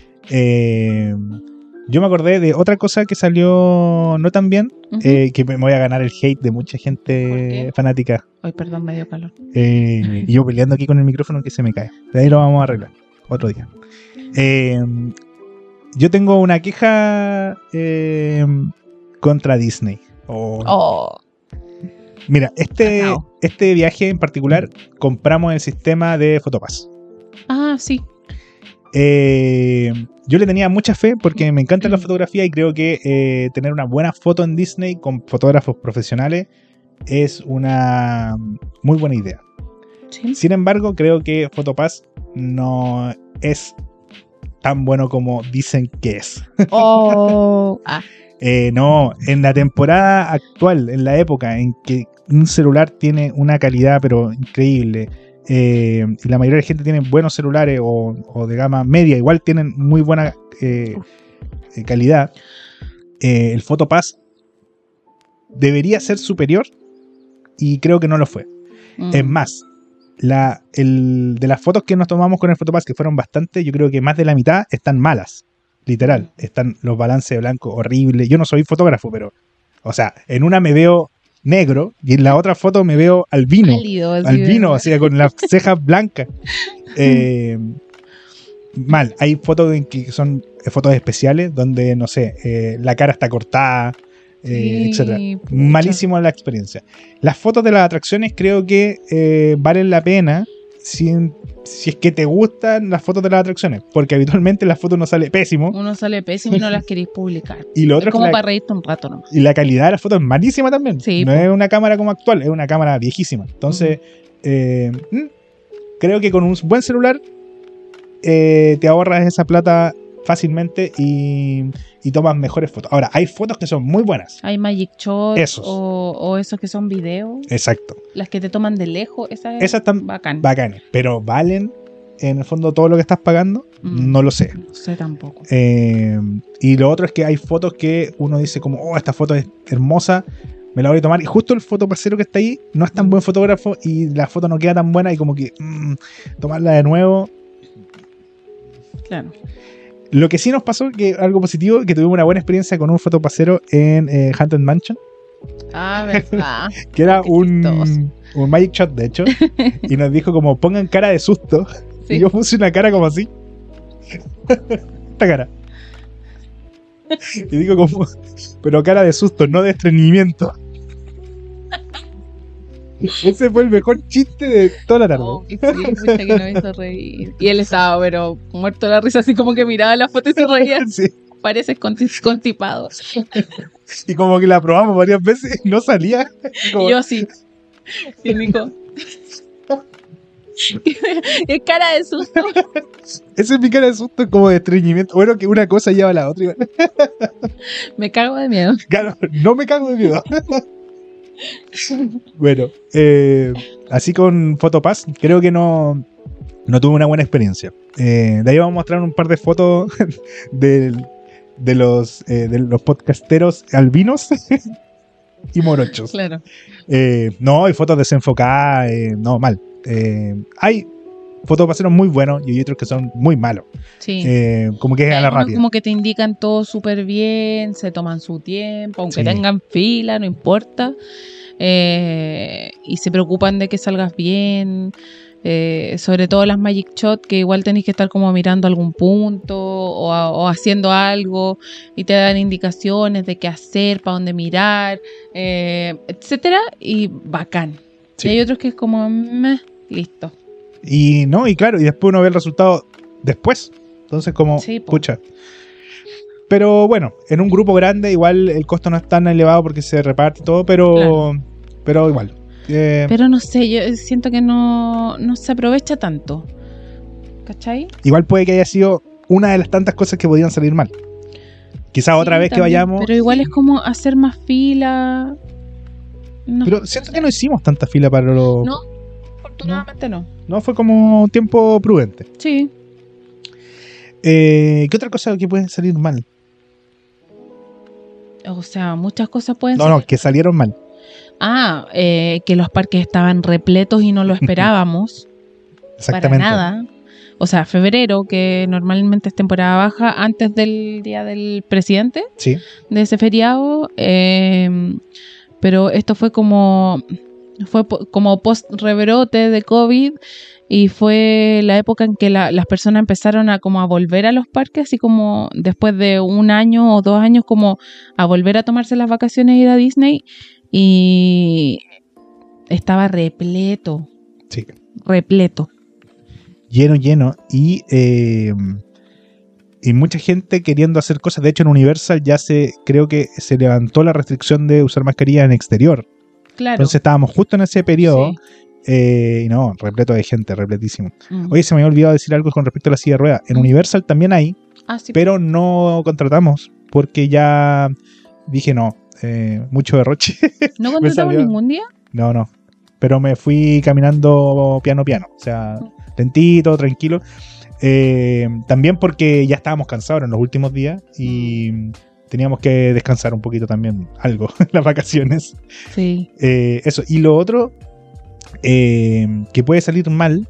Yo me acordé de otra cosa que salió no tan bien, Ujú. que me voy a ganar el hate de mucha ¿Por gente qué? fanática. Ay, perdón, me dio calor. Y yo peleando aquí con el micrófono que se me cae. De ahí lo vamos a arreglar otro día. Yo tengo una queja contra Disney. Oh, Mira, Cacao. este viaje en particular compramos el sistema de Photopass. sí. Yo le tenía mucha fe porque me encanta la fotografía y creo que tener una buena foto en Disney con fotógrafos profesionales es una muy buena idea. Sí. Sin embargo, creo que Photopass no es tan bueno como dicen que es. Oh, No, en la temporada actual, en la época en que un celular tiene una calidad pero increíble, y la mayoría de la gente tiene buenos celulares o de gama media, igual tienen muy buena calidad, el Photopass debería ser superior y creo que no lo fue. Es más, de las fotos que nos tomamos con el Photopass, que fueron bastantes, yo creo que más de la mitad están malas. Literal, están los balances de blanco horribles. Yo no soy fotógrafo, pero, o sea, en una me veo negro y en la otra foto me veo albino. Pálido, así Albino, de- o sea, con las cejas blancas. Mal. Hay fotos que son fotos especiales donde, no sé, la cara está cortada, Sí, etcétera. pucha. Malísimo la experiencia. Las fotos de las atracciones creo que valen la pena si es que te gustan las fotos de las atracciones, porque habitualmente las fotos nos sale pésimo Uno sale pésimo y no las queréis publicar. y lo Es otro es como que para reírte un rato nomás. y la calidad de las fotos es malísima también. Sí, no po. es una cámara como actual, es una cámara viejísima. Entonces, creo que con un buen celular te ahorras esa plata fácilmente y tomas mejores fotos. Ahora, hay fotos que son muy buenas. Hay Magic Shots Esos. o esos que son videos, Exacto. las que te toman de lejos, esas Están bacán. bacanes. Pero ¿valen en el fondo todo lo que estás pagando? Mm. No lo sé. No sé tampoco. Y lo otro es que hay fotos que uno dice como, oh, esta foto es hermosa, me la voy a tomar. Y justo el fotopasero que está ahí no es tan buen fotógrafo y la foto no queda tan buena y como que tomarla de nuevo. Claro. Lo que sí nos pasó, que algo positivo, que tuvimos una buena experiencia con un fotopasero en Haunted Mansion, Verdad. que era Qué chistoso. un Magic Shot, de hecho, y nos dijo como, pongan cara de susto. Sí. Y yo puse una cara como así. Esta cara. Y digo como, pero cara de susto, no de estreñimiento. Ese fue el mejor chiste de toda la tarde. Oh, sí, pucha, que no me hizo reír. Y él estaba, pero muerto de la risa, así como que miraba la foto y se reía. Sí. Pareces constipado. Y como que la probamos varias veces y no salía. Como- Y yo sí. Y Nico. Es cara de susto. Esa es mi cara de susto, como de estreñimiento. Bueno, que una cosa lleva a la otra. Me cago de miedo. Claro, no me cago de miedo. Bueno, así con Photopass, creo que no no tuve una buena experiencia. De ahí vamos a mostrar un par de fotos de los podcasteros albinos y morochos. Claro. No, hay fotos desenfocadas, no, mal. Hay fotopaseros muy buenos y hay otros que son muy malos. Sí. Como que es a la Algunos rápida. como que te indican todo súper bien, se toman su tiempo, aunque Sí. tengan fila, no importa. Y se preocupan de que salgas bien. Sobre todo las Magic Shot, que igual tenéis que estar como mirando algún punto o haciendo algo y te dan indicaciones de qué hacer, para dónde mirar, etcétera, y bacán. Sí. Y hay otros que es como meh, listo. Y claro, y después uno ve el resultado después. Entonces como, Sí, po. pucha. Pero bueno, en un grupo grande igual el costo no es tan elevado porque se reparte y todo, pero igual. Pero no sé, yo siento que no se aprovecha tanto. ¿Cachai? Igual puede que haya sido una de las tantas cosas que podían salir mal. Quizás otra Sí, vez que también, vayamos. pero igual es como hacer más fila. No, Pero siento que no hicimos tanta fila para lo. no, afortunadamente no. No, fue como tiempo prudente. Sí. ¿Qué otra cosa que puede salir mal? O sea, muchas cosas pueden No, ser. no, que salieron mal. Que los parques estaban repletos y no lo esperábamos. Exactamente. Para nada. O sea, febrero, que normalmente es temporada baja, antes del día del presidente, Sí. de ese feriado. Pero esto fue como post-rebrote de COVID y fue la época en que las personas empezaron a como a volver a los parques, así como después de 1 año o 2 años como a volver a tomarse las vacaciones e ir a Disney, y estaba repleto. Sí. Repleto. Lleno. Y mucha gente queriendo hacer cosas. De hecho, en Universal ya creo que se levantó la restricción de usar mascarilla en exterior. Claro. Entonces estábamos justo en ese periodo. Sí. Y no, repleto de gente, repletísimo. Mm. Oye, se me había olvidado decir algo con respecto a la silla de ruedas. En Universal también hay, Sí. pero no contratamos porque ya dije no, mucho derroche. ¿No contratamos salió. ningún día? No. Pero me fui caminando piano. O sea, lentito, tranquilo. También porque ya estábamos cansados en los últimos días y teníamos que descansar un poquito también, algo, en las vacaciones. Sí. Eso. Y lo otro que puede salir mal,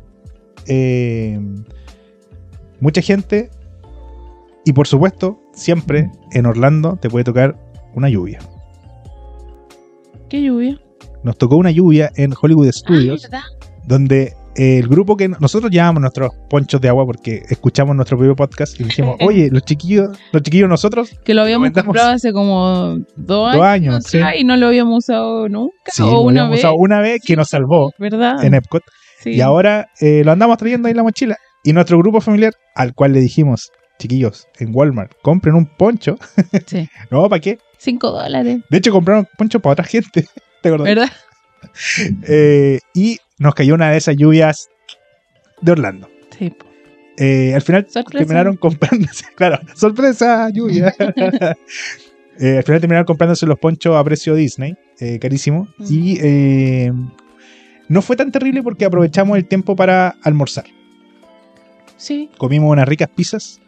mucha gente, y por supuesto, siempre en Orlando te puede tocar una lluvia. ¿Qué lluvia? Nos tocó una lluvia en Hollywood Studios, ¿verdad? donde el grupo que nosotros llevábamos nuestros ponchos de agua porque escuchamos nuestro propio podcast y dijimos, oye, los chiquillos nosotros Que lo habíamos comentamos comprado hace como 2 años sí. atrás y no lo habíamos usado nunca. Sí, o lo una habíamos vez. usado una vez que nos salvó ¿Verdad? en Epcot. Sí. Y ahora lo andamos trayendo ahí en la mochila. Y nuestro grupo familiar, al cual le dijimos, chiquillos, en Walmart, compren un poncho. Sí. No, ¿para qué? $5. De hecho, compraron poncho para otra gente. ¿Te acordás? ¿Verdad? Y nos cayó una de esas lluvias de Orlando. Sí. Al final Sorpresa. terminaron comprándose, claro, sorpresa, lluvia. Al final terminaron comprándose los ponchos a precio Disney, carísimo. Y no fue tan terrible porque aprovechamos el tiempo para almorzar. Sí. Comimos unas ricas pizzas.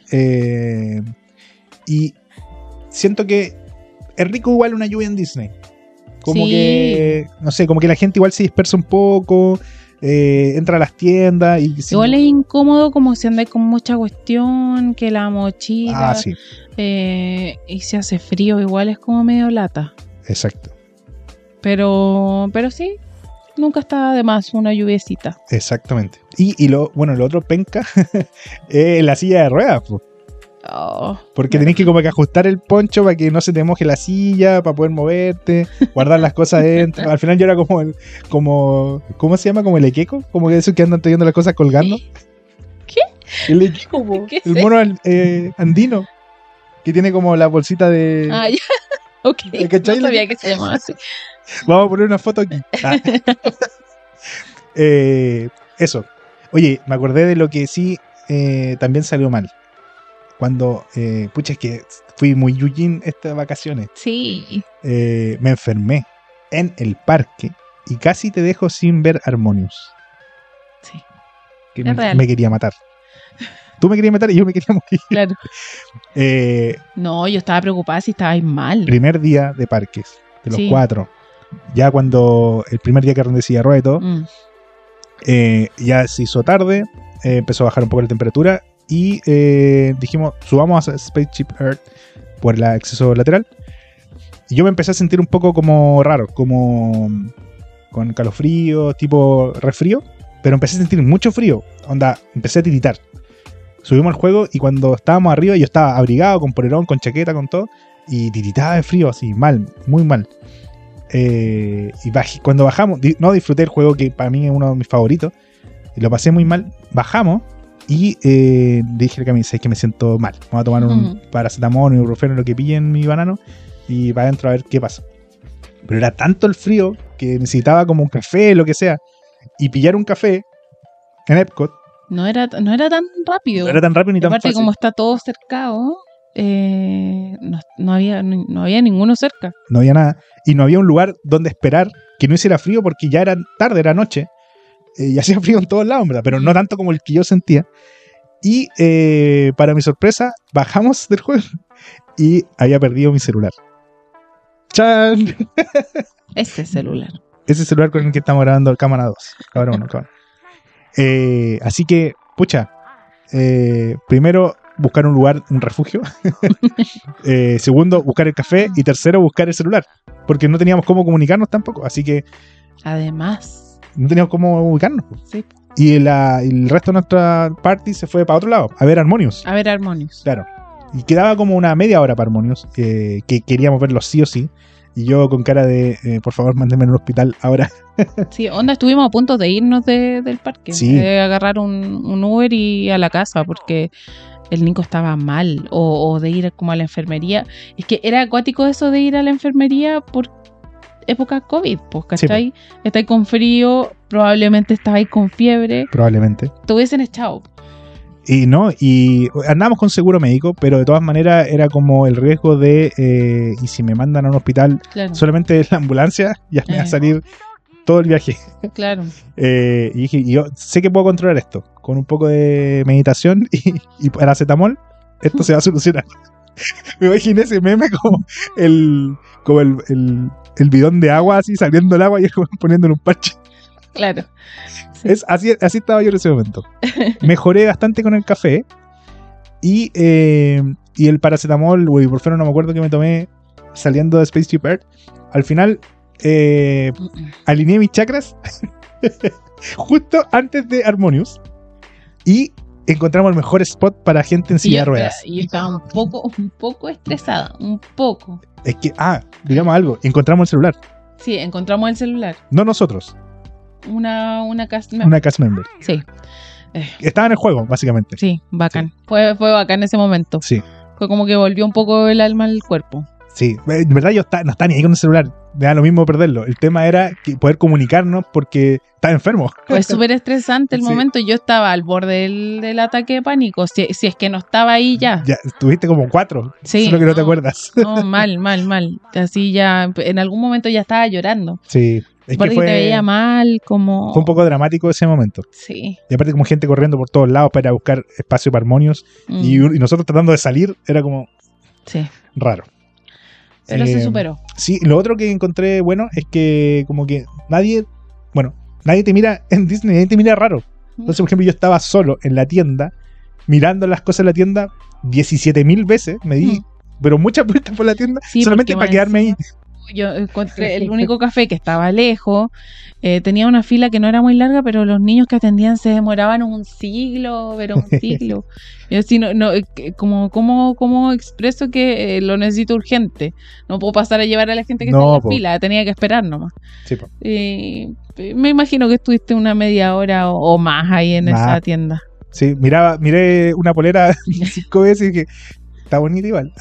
Y siento que es rico igual una lluvia en Disney. Como Sí. que, no sé, como que la gente igual se dispersa un poco, entra a las tiendas y... Igual es incómodo como si andáis con mucha cuestión, que la mochila. Sí, Y si hace frío, igual es como medio lata. exacto. Pero sí, nunca está de más una lluviecita. Exactamente. Y lo otro penca es la silla de ruedas, po. Oh, Porque tenés que como que ajustar el poncho para que no se te moje la silla, para poder moverte, guardar las cosas dentro. Al final yo era como ¿cómo se llama? Como el equeco, como que esos que andan trayendo las cosas colgando. ¿Qué? El equeco, po. ¿Qué es El mono andino, que tiene como la bolsita de... Ah, ya. Ok. ¿Cachai? No sabía que se llamaba así. Vamos a poner una foto aquí. Eso. Oye, me acordé de lo que sí también salió mal. Cuando, pucha, es que fui muy yujin estas vacaciones. Sí. Me enfermé en el parque y casi te dejo sin ver Harmonious. Sí. que Es real. me quería matar. Tú me querías matar y yo me quería morir. Claro. Eh, No, yo estaba preocupada si estabais mal. primer día de parques, de los Sí. 4. Ya cuando el primer día que arrendé silla de ruedas y todo, Mm. ya se hizo tarde, empezó a bajar un poco la temperatura y dijimos, subamos a Spaceship Earth por el acceso lateral. Y yo me empecé a sentir un poco como raro, como con calofrío, tipo resfrío, pero empecé a sentir mucho frío, onda, empecé a tiritar. Subimos al juego y cuando estábamos arriba yo estaba abrigado, con polerón, con chaqueta, con todo, y tiritaba de frío, así, mal, muy mal. Y cuando bajamos, no disfruté el juego, que para mí es uno de mis favoritos, y lo pasé muy mal. Bajamos y dije al Camille, es que me siento mal, vamos a tomar un paracetamol, un ibuprofeno, lo que pille en mi banano, y para adentro a ver qué pasa. Pero era tanto el frío que necesitaba como un café, lo que sea, y pillar un café en Epcot No era tan rápido. no era tan rápido ni Y tan aparte, fácil. como está todo cercado, no había ninguno cerca. No había nada. Y no había un lugar donde esperar que no hiciera frío porque ya era tarde, era noche. Y hacía frío en todos lados, ¿verdad? Pero no tanto como el que yo sentía. Y para mi sorpresa, bajamos del juego y había perdido mi celular. ¡Chan! Este celular. Ese celular con el que estamos grabando cámara 2. Cámara 1, cámara. Así que, pucha. Primero, buscar un lugar, un refugio. Segundo, buscar el café. Y tercero, buscar el celular. Porque no teníamos cómo comunicarnos tampoco. Así que Además, no teníamos cómo ubicarnos. sí. Y el resto de nuestra party se fue para otro lado, a ver Harmonious. A ver, Harmonious. Claro. Y quedaba como una media hora para Harmonious, que queríamos verlo sí o sí. Y yo con cara de, por favor, mándenme al hospital ahora. Sí, onda, estuvimos a punto de irnos del parque. Sí. De agarrar un Uber y a la casa, porque el Nico estaba mal. O de ir como a la enfermería. Es que era acuático eso de ir a la enfermería por época COVID, pues, ¿cachai? Estáis con frío, probablemente estabais con fiebre, Probablemente. te hubiesen echado. Y no, y andábamos con seguro médico, pero de todas maneras era como el riesgo de, y si me mandan a un hospital, Claro, solamente la ambulancia, ya me va a salir todo el viaje. claro. Y dije, yo sé que puedo controlar esto, con un poco de meditación y paracetamol, esto se va a solucionar. Me imaginé ese meme como el bidón de agua así, saliendo el agua y poniéndole un parche. Claro. Sí. Así estaba yo en ese momento. Mejoré bastante con el café y el paracetamol o ibuprofeno, no me acuerdo que me tomé saliendo de Spaceship Earth. Al final alineé mis chakras justo antes de Harmonious y encontramos el mejor spot para gente en silla de ruedas. Y yo estaba un poco estresada, un poco. Es que, digamos algo, encontramos el celular. Sí, encontramos el celular. No nosotros, Una cast una cast member. Sí, Estaba en el juego, básicamente. sí, bacán. Fue bacán ese momento. Sí, Fue como que volvió un poco el alma al cuerpo. sí. En verdad yo no estaba ni ahí con el celular. Me da lo mismo perderlo. El tema era poder comunicarnos porque estaba enfermo. Fue súper estresante el Sí. momento. Yo estaba al borde del ataque de pánico. Si es que no estaba ahí ya. Ya, tuviste como 4. Sí, Solo que no te no. acuerdas. No, mal. Así ya, en algún momento ya estaba llorando. Sí. Es Porque que te veía mal, como... fue un poco dramático ese momento. Sí. Y aparte como gente corriendo por todos lados para ir a buscar espacio para Harmonious. Mm, Y nosotros tratando de salir era como sí. raro. Pero se superó. Sí, lo otro que encontré bueno es que como que nadie te mira en Disney, nadie te mira raro. Entonces, por ejemplo, yo estaba solo en la tienda, mirando las cosas en la tienda 17.000 veces, me di, pero muchas vueltas por la tienda, Sí, solamente porque para más quedarme ahí. Yo encontré el único café que estaba lejos. Tenía una fila que no era muy larga, pero los niños que atendían se demoraban un siglo, pero un siglo. Yo así ¿cómo expreso que lo necesito urgente? No puedo pasar a llevar a la gente que No, está en la po. fila, tenía que esperar nomás. Sí, po. Me imagino que estuviste una media hora o más ahí en Más. esa tienda. Sí, miré una polera 5 veces y dije, está bonita igual.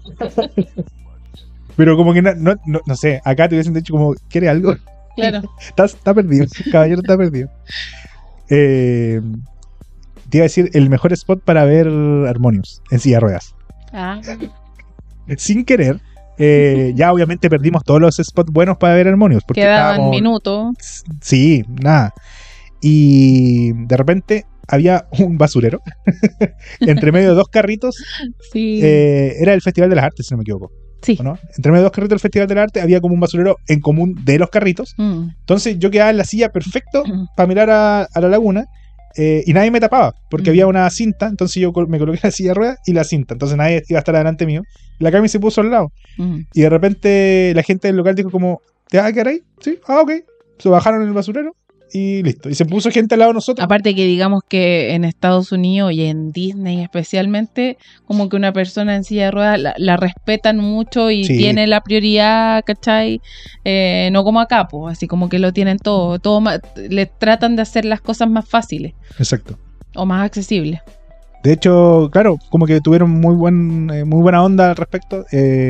Pero como que no sé, acá te hubiesen dicho como, ¿quiere algo? Claro. Está perdido, caballero está perdido. Te iba a decir el mejor spot para ver Harmonious en silla de ruedas. Ah, Sin querer, ya obviamente perdimos todos los spots buenos para ver Harmonious. Porque quedaban estábamos- minutos. Sí, nada. Y de repente había un basurero entre medio de dos carritos. Sí. Era el Festival de las Artes, si no me equivoco. Sí. ¿O no? Entre medio de dos carritos del Festival de las Artes había como un basurero en común de los carritos. Entonces yo quedaba en la silla perfecto para mirar a la laguna. Y nadie me tapaba, porque había una cinta. Entonces yo me coloqué la silla de ruedas y la cinta. Entonces nadie iba a estar delante mío. La Cami se puso al lado. Y de repente la gente del local dijo como, ¿te vas a quedar ahí? Sí, ok. Se bajaron en el basurero y listo. Y se puso gente al lado de nosotros. Aparte que digamos que en Estados Unidos y en Disney especialmente, como que una persona en silla de ruedas la respetan mucho y Sí. tiene la prioridad, ¿cachai? No como acá, pues, así como que lo tienen todo le tratan de hacer las cosas más fáciles Exacto. o más accesibles. De hecho, claro, como que tuvieron muy buena onda al respecto.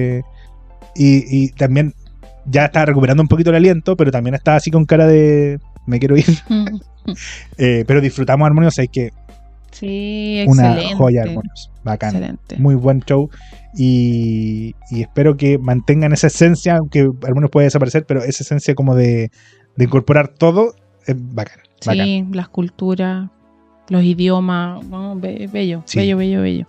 Y también ya estaba recuperando un poquito el aliento, pero también estaba así con cara de me quiero ir. Pero disfrutamos Harmonious, hay que Sí, una excelente. joya Harmonious. Bacán. Excelente. Muy buen show. Y espero que mantengan esa esencia, aunque Harmonious puede desaparecer, pero esa esencia como de incorporar todo es bacán. Bacán. Sí, las culturas, los idiomas, no, bello, Sí. bello.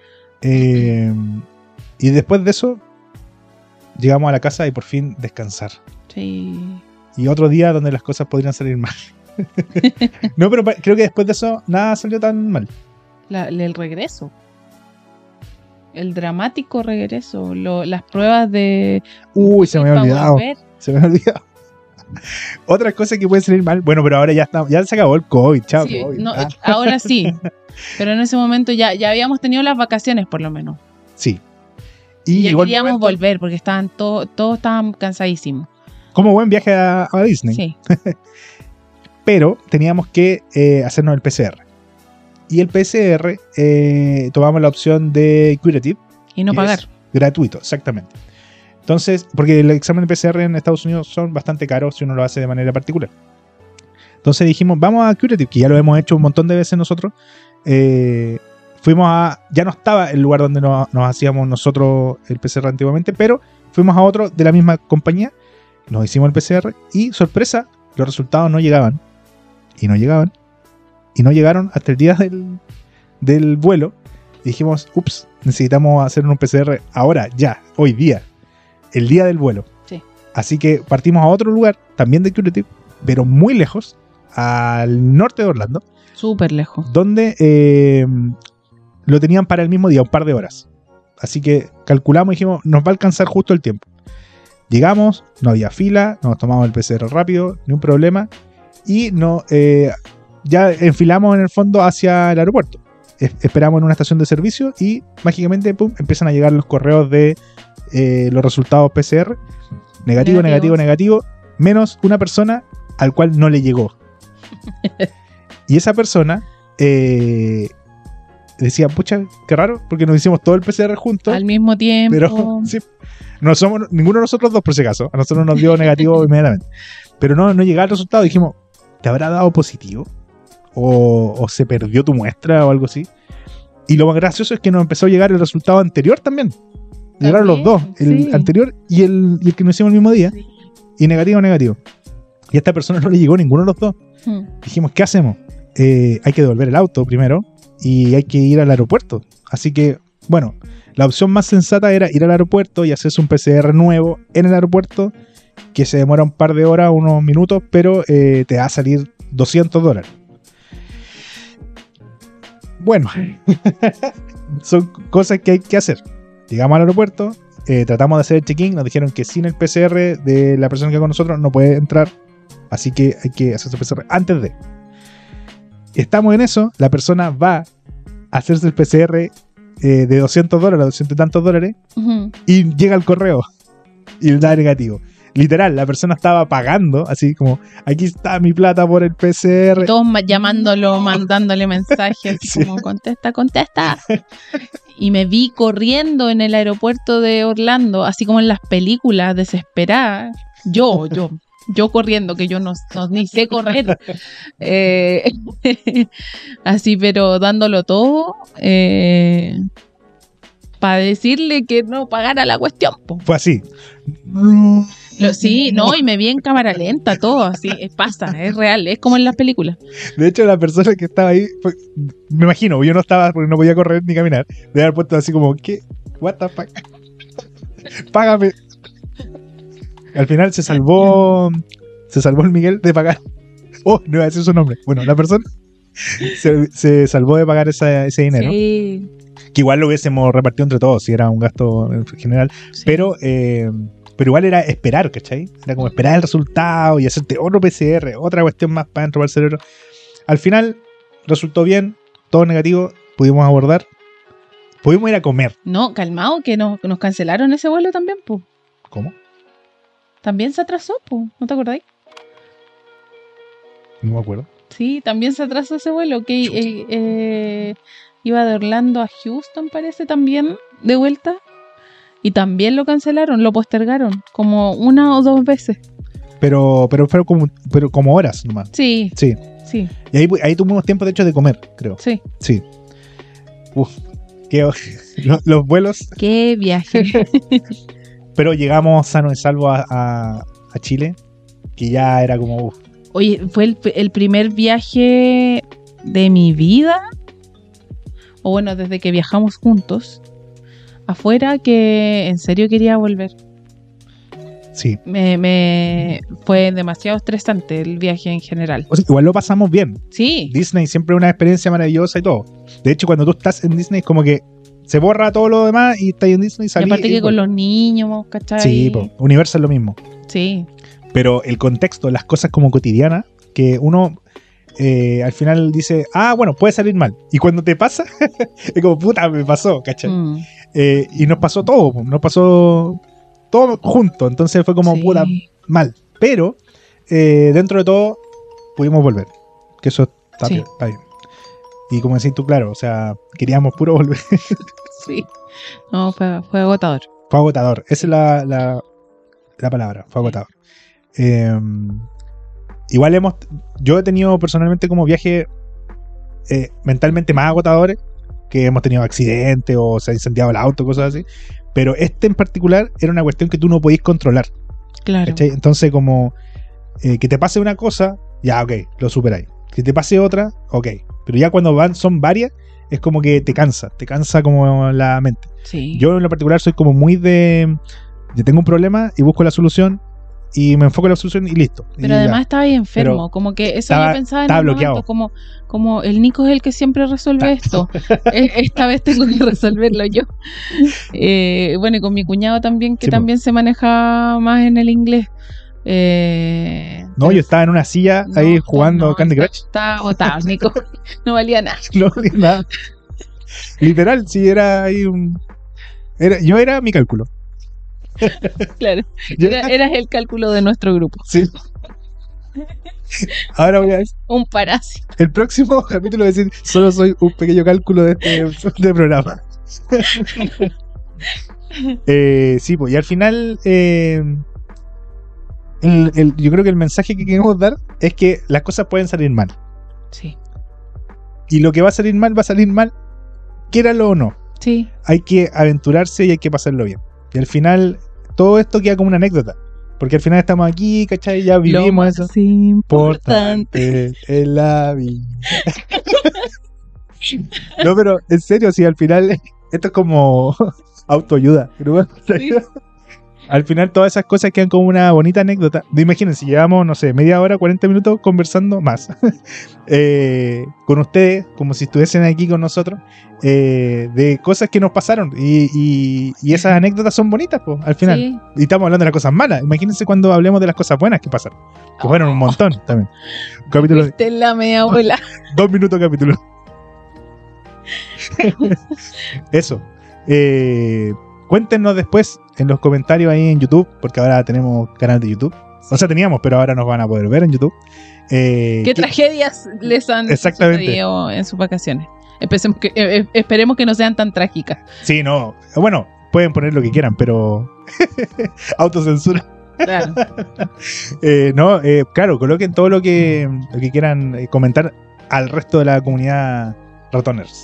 Y después de eso, llegamos a la casa y por fin descansar. Sí. Y otro día donde las cosas podrían salir mal. No, pero creo que después de eso nada salió tan mal. El regreso. El dramático regreso. Las pruebas de... Uy, se me había para olvidado. volver. Se me había olvidado. Otra cosa que puede salir mal. Bueno, pero ahora ya se acabó el COVID. Chao, Sí, COVID. no, Ah, ahora sí. Pero en ese momento ya habíamos tenido las vacaciones por lo menos. sí. Y ya igual queríamos momento, volver porque todos estaban cansadísimos. como buen viaje a Disney. Sí. Pero teníamos que hacernos el PCR. Y el PCR tomamos la opción de Curative. Y no que pagar. es gratuito, exactamente. Entonces, porque el examen de PCR en Estados Unidos son bastante caros si uno lo hace de manera particular. Entonces dijimos, vamos a Curative, que ya lo hemos hecho un montón de veces nosotros. Ya no estaba el lugar donde nos hacíamos nosotros el PCR antiguamente, pero fuimos a otro de la misma compañía, nos hicimos el PCR y, sorpresa, los resultados no llegaban. Y no llegaban. Y no llegaron hasta el día del vuelo. Y dijimos, ups, necesitamos hacer un PCR ahora, ya, hoy día. El día del vuelo. Sí. Así que partimos a otro lugar, también de Curative, pero muy lejos, al norte de Orlando, Súper lejos. donde lo tenían para el mismo día, un par de horas. Así que calculamos y dijimos, nos va a alcanzar justo el tiempo. Llegamos, no había fila, nos tomamos el PCR rápido, ni un problema. Y ya enfilamos en el fondo hacia el aeropuerto. Esperamos en una estación de servicio y mágicamente pum, empiezan a llegar los correos de los resultados PCR. Negativo, menos una persona al cual no le llegó. Y esa persona decía, pucha, qué raro, porque nos hicimos todo el PCR juntos. Al mismo tiempo. Pero sí, no somos ninguno de nosotros dos, por si acaso. A nosotros nos dio negativo inmediatamente. Pero no llegaba el resultado. Dijimos, ¿te habrá dado positivo? ¿O se perdió tu muestra o algo así? Y lo más gracioso es que nos empezó a llegar el resultado anterior también. Llegaron los dos, el sí. anterior y el que nos hicimos el mismo día. Sí. Y negativo. Y a esta persona no le llegó ninguno de los dos. Dijimos, ¿qué hacemos? Hay que devolver el auto primero y hay que ir al aeropuerto. Así que, bueno, la opción más sensata era ir al aeropuerto y hacerse un PCR nuevo en el aeropuerto, que se demora un par de horas, unos minutos, pero te va a salir $200. Bueno, son cosas que hay que hacer. Llegamos al aeropuerto, tratamos de hacer el check-in, nos dijeron que sin el PCR de la persona que va con nosotros no puede entrar, así que hay que hacerse el PCR antes de. Estamos en eso, la persona va a hacerse el PCR de $200, $200 y tantos, y llega el correo y le da negativo. Literal, la persona estaba pagando, así como, aquí está mi plata por el PCR. Todos llamándolo, mandándole mensajes, Sí. como contesta. Y me vi corriendo en el aeropuerto de Orlando, así como en las películas, desesperada. Yo corriendo, que yo no ni sé correr. Así, pero dándolo todo para decirle que no pagara la cuestión, po. Fue así. Sí, no, y me vi en cámara lenta todo, así, pasa, es real, es como en las películas. De hecho, la persona que estaba ahí, me imagino, yo no estaba porque no podía correr ni caminar, de haber puesto así como, ¿qué? What the fuck? Págame. Al final se salvó el Miguel de pagar. Oh, no iba a decir su nombre. Bueno, la persona se salvó de pagar ese dinero. Sí. Que igual lo hubiésemos repartido entre todos, si era un gasto en general. Sí. Pero igual era esperar, ¿cachai? Era como esperar el resultado y hacerte otro PCR, otra cuestión más para dentro del cerebro. Al final resultó bien, todo negativo, pudimos abordar. Pudimos ir a comer. No, calmado, que nos cancelaron ese vuelo también, pues. ¿Cómo? También se atrasó, pues. ¿No te acordáis? No me acuerdo. Sí, también se atrasó ese vuelo que iba de Orlando a Houston, parece, también, de vuelta. Y también lo cancelaron, lo postergaron, como 1 o 2 veces. Pero fue como horas nomás. Sí, Sí. sí, Y ahí tuvimos tiempo, de hecho, de comer, creo. sí. Sí. Uf. Los vuelos. Qué viaje. Pero llegamos sano y salvo a Chile, que ya era como... Uf. Oye, fue el primer viaje de mi vida, o bueno, desde que viajamos juntos, afuera, que en serio quería volver. Sí. Fue demasiado estresante el viaje en general. O sea, igual lo pasamos bien. Sí, Disney siempre es una experiencia maravillosa y todo. De hecho, cuando tú estás en Disney, es como que se borra todo lo demás y estás en Disney y y salís. aparte que con los niños, ¿cachai? Sí, Universal es lo mismo. Sí, Pero el contexto, las cosas como cotidianas, que uno al final dice, bueno, puede salir mal. Y cuando te pasa, es como, puta, me pasó, ¿cachai? Y nos pasó todo todo junto. Entonces fue como, sí. puta, mal. Pero dentro de todo pudimos volver. Que eso está Sí. bien, está bien. Y como decís tú, claro, o sea, queríamos puro volver. Sí. No, fue agotador. Fue agotador. Esa es la palabra, fue agotador. Igual yo he tenido personalmente como viaje mentalmente más agotadores, que hemos tenido accidentes o se ha incendiado el auto, cosas así. Pero este en particular era una cuestión que tú no podías controlar. Claro. ¿Cachai? Entonces como que te pase una cosa, ya ok, lo superáis. Que te pase otra, ok. Pero ya cuando son varias, es como que te cansa como la mente. Sí. Yo en lo particular soy como muy yo tengo un problema y busco la solución y me enfoco en la solución y listo. Pero Y además ya. estaba ahí enfermo, Pero como que eso estaba- yo pensaba en estaba el bloqueado. momento, como el Nico es el que siempre resuelve esto. Esta vez tengo que resolverlo yo. Bueno, y con mi cuñado también, que Sí, también se maneja más en el inglés. No, yo estaba en una silla ahí No, jugando no, Candy Crush. Estaba agotado, Nico. No valía nada. No vi nada. Literal, sí, era ahí yo era mi cálculo. Claro. Yo- Eras el cálculo de nuestro grupo. Sí. Ahora voy a decir, Un parásito. el próximo capítulo voy a decir, solo soy un pequeño cálculo de este programa. Sí, pues, y al final yo creo que el mensaje que queremos dar es que las cosas pueden salir mal. Sí. Y lo que va a salir mal, quiéralo o no. Sí. Hay que aventurarse y hay que pasarlo bien. Y al final, todo esto queda como una anécdota. Porque al final estamos aquí, ¿cachai? Ya vivimos eso. Lo importante. Importante en la vida. No, pero en serio, sí, al final esto es como autoayuda. Sí. Al final todas esas cosas quedan como una bonita anécdota. Imagínense, llevamos, no sé, media hora, 40 minutos conversando más con ustedes, como si estuviesen aquí con nosotros, de cosas que nos pasaron. Y esas anécdotas son bonitas, pues, al final. Sí. Y estamos hablando de las cosas malas. Imagínense cuando hablemos de las cosas buenas que pasaron. Que fueron un montón también. Un capítulo de Viste la media abuela. 2 minutos capítulo. Eso. Cuéntenos después en los comentarios ahí en YouTube, porque ahora tenemos canal de YouTube. O sea, teníamos, pero ahora nos van a poder ver en YouTube. ¿Qué tragedias les han Exactamente. sucedido en sus vacaciones? Esperemos que no sean tan trágicas. Sí, no. Bueno, pueden poner lo que quieran, pero autocensura. Claro. No, claro, coloquen todo lo que quieran comentar al resto de la comunidad ratoners.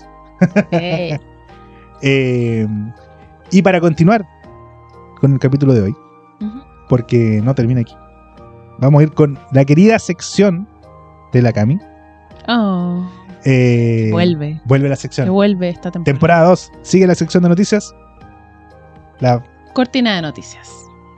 Y para continuar con el capítulo de hoy, Ujú. porque no termina aquí. Vamos a ir con la querida sección de la Cami. Oh, vuelve. Vuelve la Que sección. vuelve esta temporada. Temporada 2. Sigue la sección de noticias. La Cortina de noticias.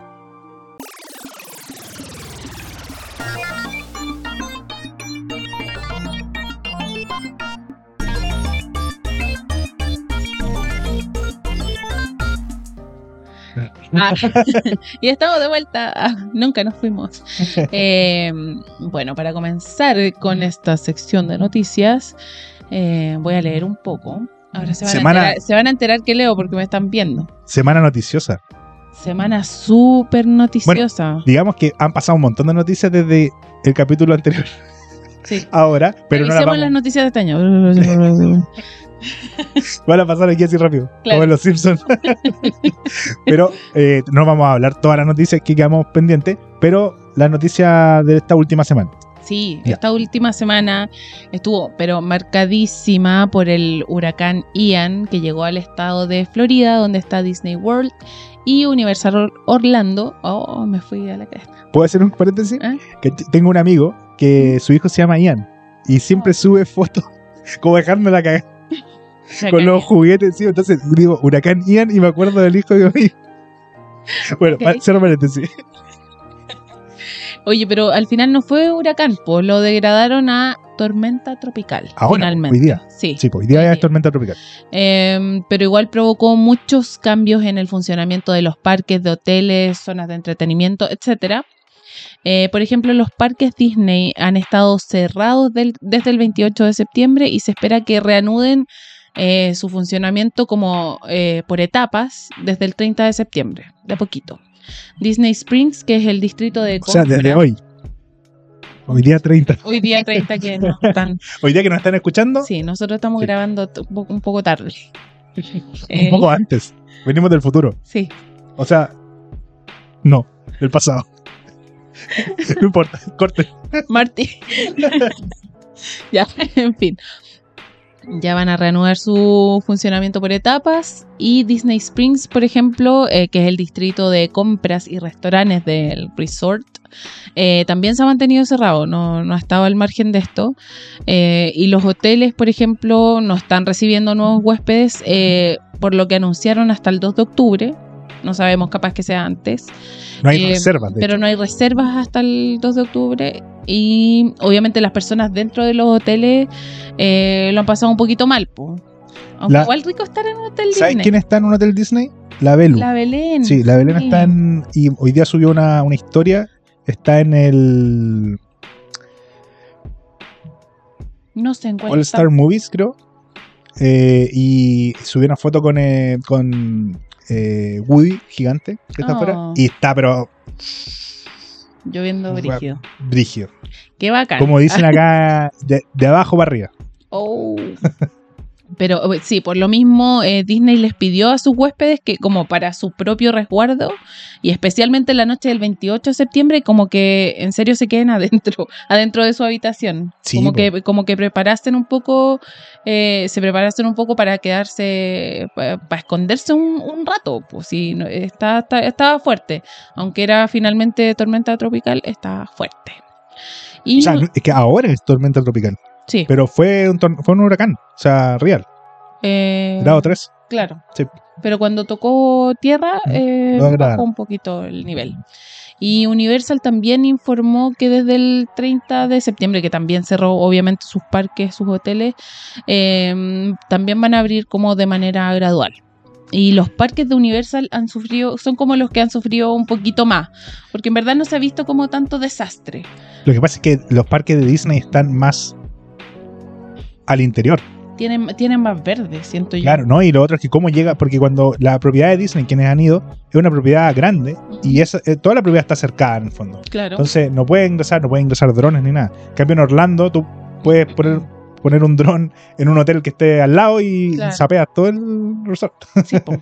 Y estamos de vuelta. Nunca nos fuimos. Bueno, para comenzar con esta sección de noticias, voy a leer un poco. Ahora se van a enterar que leo porque me están viendo. semana noticiosa. Semana súper noticiosa. Digamos que han pasado un montón de noticias desde el capítulo anterior Sí. ahora, pero no Revisemos las las vamos, noticias de este año. van a pasar aquí así rápido, Claro. como en los Simpsons. Pero no vamos a hablar todas las noticias que quedamos pendientes, pero las noticias de esta última semana. Sí, Ya. esta última semana estuvo, pero marcadísima por el huracán Ian que llegó al estado de Florida, donde está Disney World y Universal Orlando. Oh, me fui a la cabeza. ¿Puedo hacer un paréntesis? ¿Eh? Que tengo un amigo que su hijo se llama Ian y siempre sube fotos como dejando la cagada con los juguetes, sí. Entonces digo, huracán Ian y me acuerdo del hijo de mi amigo. Bueno, Ok. cierro paréntesis. Oye, pero al final no fue huracán, pues lo degradaron a tormenta tropical. Ahora, finalmente. hoy día. Sí. Sí, pues hoy día Hoy es día. tormenta tropical. Pero igual provocó muchos cambios en el funcionamiento de los parques, de hoteles, zonas de entretenimiento, etcétera. Por ejemplo, los parques Disney han estado cerrados desde el 28 de septiembre y se espera que reanuden su funcionamiento como por etapas desde el 30 de septiembre, de a poquito. Disney Springs, que es el distrito de O sea, desde compra- hoy. Hoy día 30. Hoy día 30 que no están. Hoy día que nos están escuchando, Sí, nosotros estamos Sí. grabando un poco tarde. un poco antes. Venimos del futuro. Sí. O sea, no, del pasado. No importa, corte. Martín. Ya, en fin. Ya van a reanudar su funcionamiento por etapas. Y Disney Springs, por ejemplo, que es el distrito de compras y restaurantes del resort, también se ha mantenido cerrado, no ha estado al margen de esto. Y los hoteles, por ejemplo, no están recibiendo nuevos huéspedes, por lo que anunciaron hasta el 2 de octubre. No sabemos, capaz que sea antes. No hay reservas, de Pero hecho. no hay reservas hasta el 2 de octubre y obviamente las personas dentro de los hoteles lo han pasado un poquito mal, po. Aunque La- igual rico estar en un hotel ¿Sabes Disney. quién está en un hotel Disney? La Belu. La Belén. Sí, la Belén Sí. está en... Y hoy día subió una historia. Está en el No se encuentra. All Star Movies, creo. Y subió una foto con Woody, gigante, que está Oh. afuera. Y está, pero Lloviendo brígido. brígido. Qué bacán. Como dicen acá, de abajo para arriba. Oh. Pero sí, por lo mismo Disney les pidió a sus huéspedes que como para su propio resguardo y especialmente la noche del 28 de septiembre como que en serio se queden adentro de su habitación. Sí, como que preparasen un poco, se preparasen un poco para quedarse, para esconderse un rato. Pues sí, estaba fuerte. Aunque era finalmente tormenta tropical, estaba fuerte. Y O sea, es que ahora es tormenta tropical. sí. Pero fue un huracán. O sea, real. Grado 3. Claro. Sí. Pero cuando tocó tierra, Lo agradaron. bajó un poquito el nivel. Y Universal también informó que desde el 30 de septiembre, que también cerró obviamente sus parques, sus hoteles, también van a abrir como de manera gradual. Y los parques de Universal son como los que han sufrido un poquito más, porque en verdad no se ha visto como tanto desastre. Lo que pasa es que los parques de Disney están más al interior. Tienen más verde, siento yo. Claro, ¿no? Y lo otro es que cómo llega, porque cuando la propiedad de Disney, quienes han ido, es una propiedad grande y toda la propiedad está cercada en el fondo. Claro. Entonces no pueden ingresar drones ni nada. En cambio en Orlando tú puedes poner un dron en un hotel que esté al lado y Claro. sapeas todo el resort. Sí, po.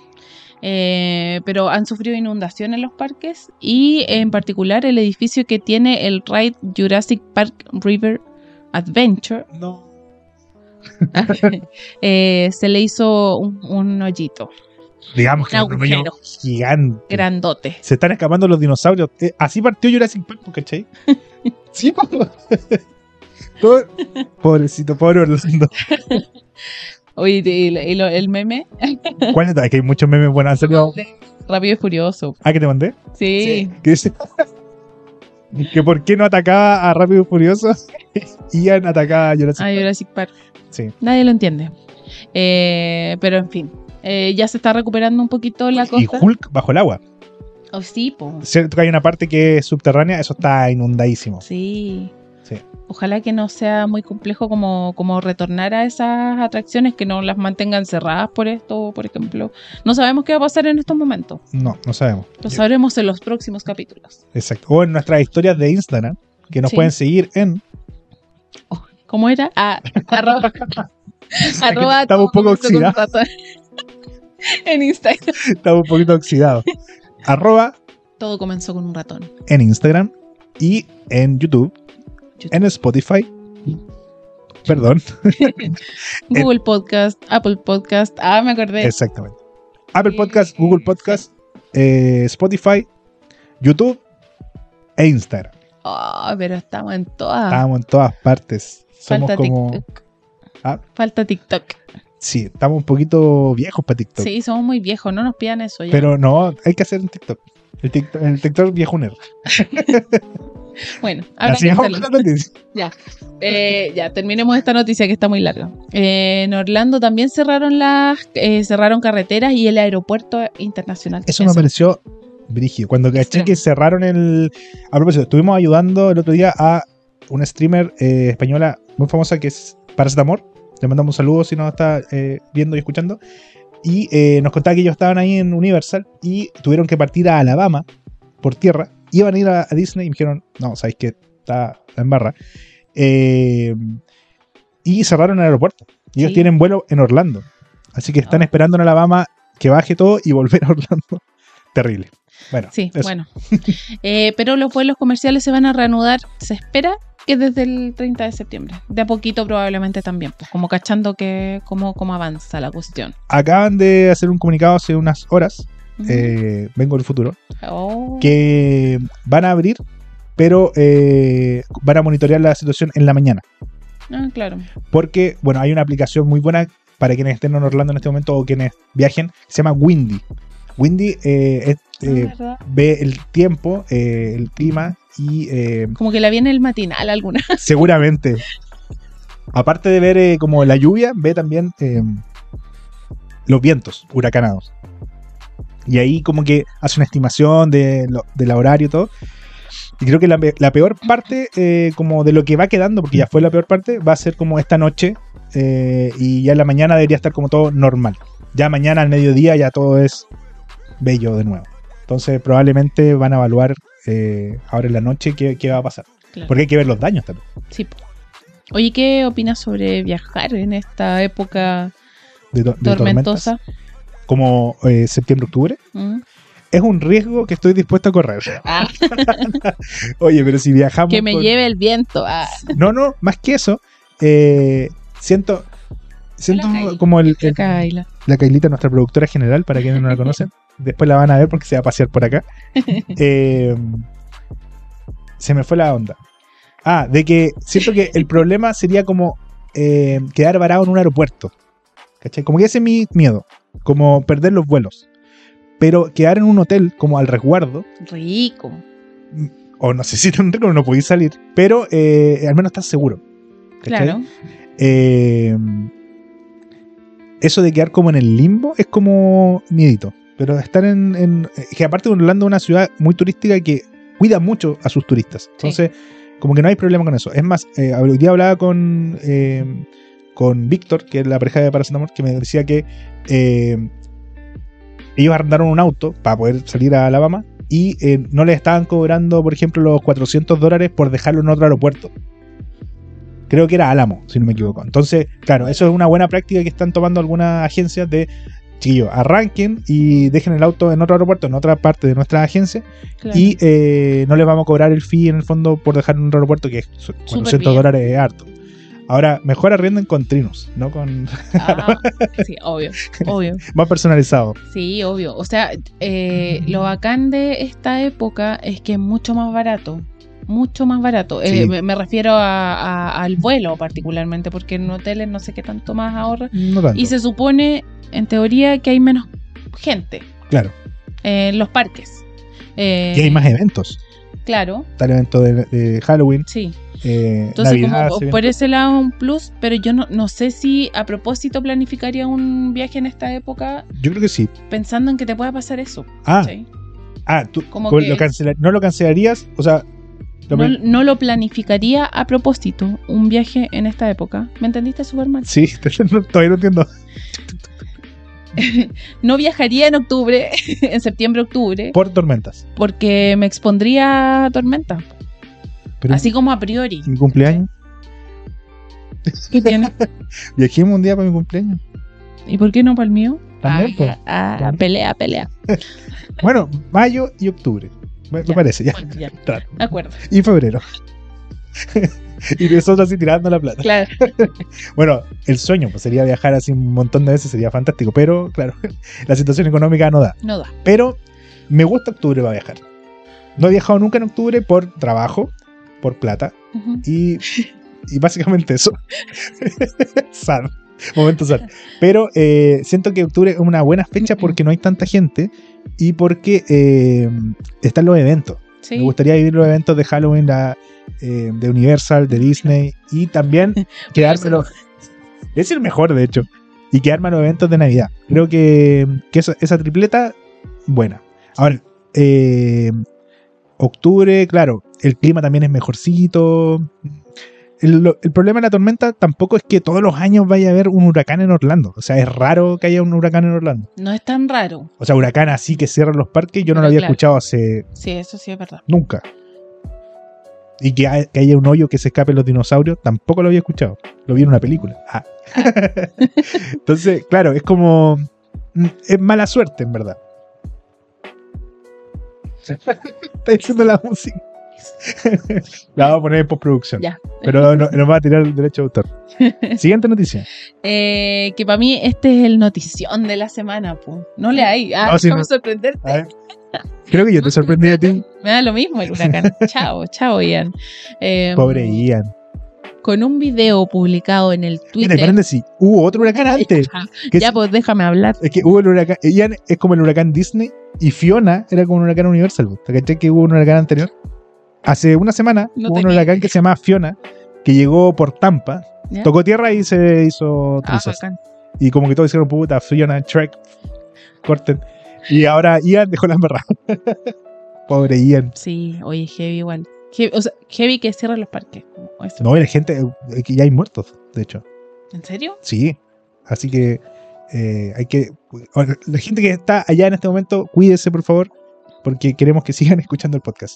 Pero han sufrido inundación en los parques y en particular el edificio que tiene el ride Jurassic Park River Adventure No. se le hizo un hoyito. Digamos que Un es un hoyo agujero. gigante. Grandote. Se están escapando los dinosaurios. Así partió Jurassic Park, ¿cachai? Sí, po. Pobrecito, pobre Orlando. Oye, el meme. ¿Cuál es? Que hay muchos memes buenos. Han salido. Rápido y Furioso. ¿Ah, que te mandé? Sí. Que dice que por qué no atacaba a Rápido y Furioso y han atacado a Jurassic Ah, Park. Jurassic Park. Sí. Nadie lo entiende. Pero en fin. Ya se está recuperando un poquito la Y costa. Hulk bajo el agua. Oh, sí, po. Cierto que hay una parte que es subterránea, eso está inundadísimo. Sí. Sí. Ojalá que no sea muy complejo como retornar a esas atracciones, que no las mantengan cerradas por esto, por ejemplo. No sabemos qué va a pasar en estos momentos. No sabemos. Lo sabremos en los próximos capítulos. Exacto. O en nuestras historias de Instagram, que nos Sí. pueden seguir en. ¿Cómo era? Arroba Estamos un poco oxidados. En Instagram. Estamos un poquito oxidados. @ Todo comenzó con un ratón. en Instagram y en YouTube, en Spotify. Perdón. Google Podcast, Apple Podcast. Me acordé. Exactamente. Apple Podcast, Google Podcast, Spotify, YouTube e Instagram. Pero estamos en todas. Estamos en todas partes. Somos Falta como. TikTok. Ah. Falta TikTok. Sí, estamos un poquito viejos para TikTok. Sí, somos muy viejos, no nos pidan eso ya. Pero no, hay que hacer un TikTok. El TikTok viejuner. Bueno, habrá Así que vamos hacerlo. con la noticia. Ya, terminemos esta noticia que está muy larga. En Orlando también cerraron carreteras y el aeropuerto internacional. Eso me pareció brígido. Cuando caché Extraño. que cerraron el. A propósito, estuvimos ayudando el otro día a una streamer española muy famosa que es Paracetamor. Le mandamos un saludo si nos está viendo y escuchando. Y nos contaba que ellos estaban ahí en Universal y tuvieron que partir a Alabama por tierra. Iban a ir a Disney y me dijeron, no, sabéis que está en barra. Y cerraron el aeropuerto. Y ellos Sí. tienen vuelo en Orlando. Así que están esperando en Alabama que baje todo y volver a Orlando. Terrible. Bueno, Sí, eso. bueno. Pero los vuelos comerciales se van a reanudar, se espera que desde el 30 de septiembre. De a poquito probablemente también, pues como cachando que cómo avanza la cuestión. Acaban de hacer un comunicado hace unas horas, Ujú. vengo del futuro, Oh, que van a abrir, pero van a monitorear la situación en la mañana. claro. Porque, bueno, hay una aplicación muy buena para quienes estén en Orlando en este momento o quienes viajen, que se llama Windy. Windy ¿Verdad? ve el tiempo, el clima y Como que la viene el matinal alguna. seguramente, aparte de ver como la lluvia, ve también los vientos huracanados. Y ahí como que hace una estimación del horario y todo. Y creo que la peor parte, como de lo que va quedando, porque ya fue la peor parte, va a ser como esta noche. Y ya en la mañana debería estar como todo normal. Ya mañana al mediodía ya todo es bello de nuevo. Entonces probablemente van a evaluar ahora en la noche qué va a pasar. Claro. Porque hay que ver los daños también. Sí. Oye, ¿qué opinas sobre viajar en esta época De tormentosa? Como septiembre-octubre. ¿Mm? Es un riesgo que estoy dispuesto a correr. Ah, Oye, pero si viajamos. que me lleve el viento. No, más que eso. Siento Hola, como Kaila. la Kailita, nuestra productora general, para quienes no la conocen. Después la van a ver porque se va a pasear por acá. Se me fue la onda. De que siento que el problema sería como quedar varado en un aeropuerto. ¿Cachai? Como que ese es mi miedo. Como perder los vuelos. Pero quedar en un hotel como al resguardo. Rico. O no sé si tan rico, no podéis salir. Pero al menos estás seguro. ¿Cachai? Claro. Eso de quedar como en el limbo es como miedito. Pero estar que aparte de Orlando es una ciudad muy turística que cuida mucho a sus turistas. Entonces, como que no hay problema con eso. Es más, hoy día hablaba con Víctor, que es la pareja de Paracetamol, que me decía que ellos arrendaron un auto para poder salir a Alabama y no les estaban cobrando, por ejemplo, los $400 por dejarlo en otro aeropuerto. Creo que era Álamo, si no me equivoco. Entonces, claro, eso es una buena práctica que están tomando algunas agencias de, chiquillos, arranquen y dejen el auto en otro aeropuerto, en otra parte de nuestra agencia, Claro. y no les vamos a cobrar el fee en el fondo por dejar en un aeropuerto, que es $400 es harto. Ahora, mejor arrienden con trinos, no con Ah, sí, obvio. más personalizado. Sí, obvio. O sea, lo bacán de esta época es que es mucho más barato. Mucho más barato. Sí. Me refiero al vuelo particularmente, porque en hoteles no sé qué tanto más ahorra. No tanto. Y se supone, en teoría, que hay menos gente Claro. en los parques. Y hay más eventos. Claro, Está el evento de Halloween, sí. Entonces, Navidad. como se viene. por ese lado un plus, pero yo no sé si a propósito planificaría un viaje en esta época Yo creo que sí. pensando en que te pueda pasar eso. Ah, ¿sí? tú Como con- que- no lo cancelarías, o sea, No lo planificaría a propósito un viaje en esta época. ¿Me entendiste súper mal? sí, todavía no entiendo. No viajaría en octubre, en septiembre-octubre, Por tormentas. porque me expondría a tormenta. Pero Así como a priori. mi cumpleaños, ¿Qué tiene? viajemos un día para mi cumpleaños. ¿Y por qué no para el mío? También, pues. Pelea. Bueno, mayo y octubre. Me Ya. parece, ya. Bueno, ya, Claro. de acuerdo. Y febrero. Y nosotros así tirando la plata. Claro. Bueno, el sueño pues sería viajar así un montón de veces, sería fantástico, pero claro, la situación económica no da. No da. Pero me gusta octubre para viajar. No he viajado nunca en octubre por trabajo, por plata Ujú. y básicamente eso. Sad. Momento sad. Pero siento que octubre es una buena fecha porque no hay tanta gente y porque están los eventos. Sí. Me gustaría vivir los eventos de Halloween de Universal, de Disney y también quedármelo. Es el mejor, de hecho. Y quedarme a los eventos de Navidad. Creo que esa tripleta, buena. Ahora, octubre, claro, el clima también es mejorcito. El problema de la tormenta tampoco es que todos los años vaya a haber un huracán en Orlando. O sea, es raro que haya un huracán en Orlando. No es tan raro. O sea, huracán así que cierran los parques, yo no Pero lo había claro. escuchado hace Sí, eso sí es verdad. nunca. Y que haya un hoyo que se escapen los dinosaurios, tampoco lo había escuchado. Lo vi en una película. Ah. Entonces, claro, es como... Es mala suerte, en verdad. Está diciendo la música. La vamos a poner en postproducción. Ya. Pero nos va a tirar el derecho de autor. Siguiente noticia. Que para mí este es el notición de la semana, po. No le hay. No, sí, déjame no. sorprenderte. A ver. Creo que yo te sorprendí a ti. Me da lo mismo el huracán. Chao, Ian. Pobre Ian. Con un video publicado en el Mira, Twitter. paréntesis, hubo otro huracán antes. Ajá. que Ya, es- pues déjame hablar. Es que hubo el huracán. Ian es como el huracán Disney y Fiona era como un huracán Universal. ¿Te caché que hubo un huracán anterior? Hace una semana No hubo un tenía huracán que se llamaba Fiona que llegó por Tampa, ¿Ya? tocó tierra y se hizo trizas. Bacán. Y como que todos dijeron, puta, Fiona, Shrek, corten. Y ahora Ian dejó la embarrada. Pobre Ian. Sí, oye, heavy igual. O sea, heavy que cierran los parques. Como eso. No, y la gente, que ya hay muertos, de hecho. ¿En serio? Sí. Así que hay que... La gente que está allá en este momento, cuídese, por favor, porque queremos que sigan escuchando el podcast.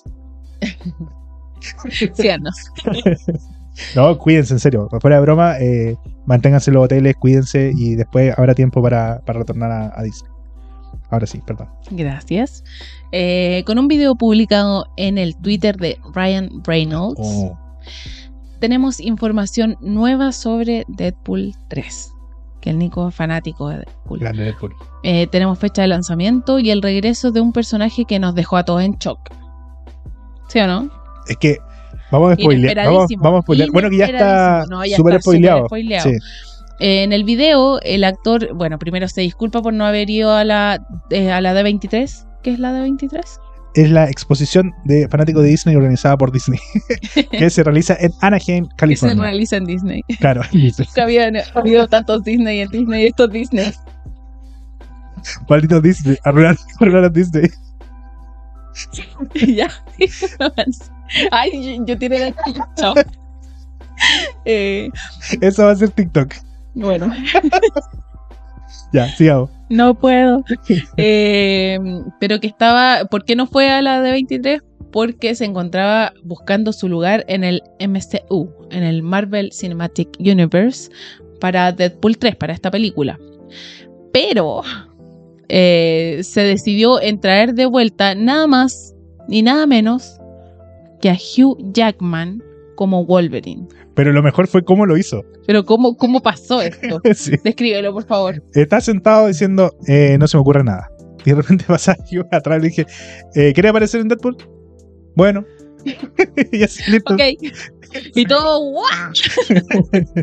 Síganos. No, cuídense, en serio. Fuera de broma, manténganse en los hoteles, cuídense y después habrá tiempo para retornar a Disney. Ahora sí, perdón. Gracias. Con un video publicado en el Twitter de Ryan Reynolds, Oh, tenemos información nueva sobre Deadpool 3. Que el Nico es fanático de Deadpool. grande Deadpool. Tenemos fecha de lanzamiento y el regreso de un personaje que nos dejó a todos en shock. ¿Sí o no? Es que vamos a spoilear. Inesperadísimo. Vamos a spoilear. Bueno, que ya está Inesperadísimo. No, ya súper está spoileado. súper spoileado. Sí. En el video, el actor, bueno, primero se disculpa por no haber ido a la D23. ¿Qué es la D23? Es la exposición de fanáticos de Disney organizada por Disney, que se realiza en Anaheim, Que se California. realiza en Disney. Claro, Nunca había habido tantos Disney en Disney y estos Disney. maldito Disney, arruinar a Disney. Ya. Ay, yo tiré la chao. Eso va a ser TikTok. Bueno, Ya, sigamos. no puedo. Pero que estaba. ¿Por qué no fue a la de 23? Porque se encontraba buscando su lugar en el MCU, en el Marvel Cinematic Universe, para Deadpool 3, para esta película. Pero se decidió en traer de vuelta nada más ni nada menos que a Hugh Jackman como Wolverine. Pero lo mejor fue cómo lo hizo. Pero ¿cómo pasó esto? Sí. Descríbelo, por favor. Está sentado diciendo, no se me ocurre nada. Y de repente pasa yo atrás y le dije, ¿quería aparecer en Deadpool? Bueno. Y así, listo. Ok. Y todo, ¡guau!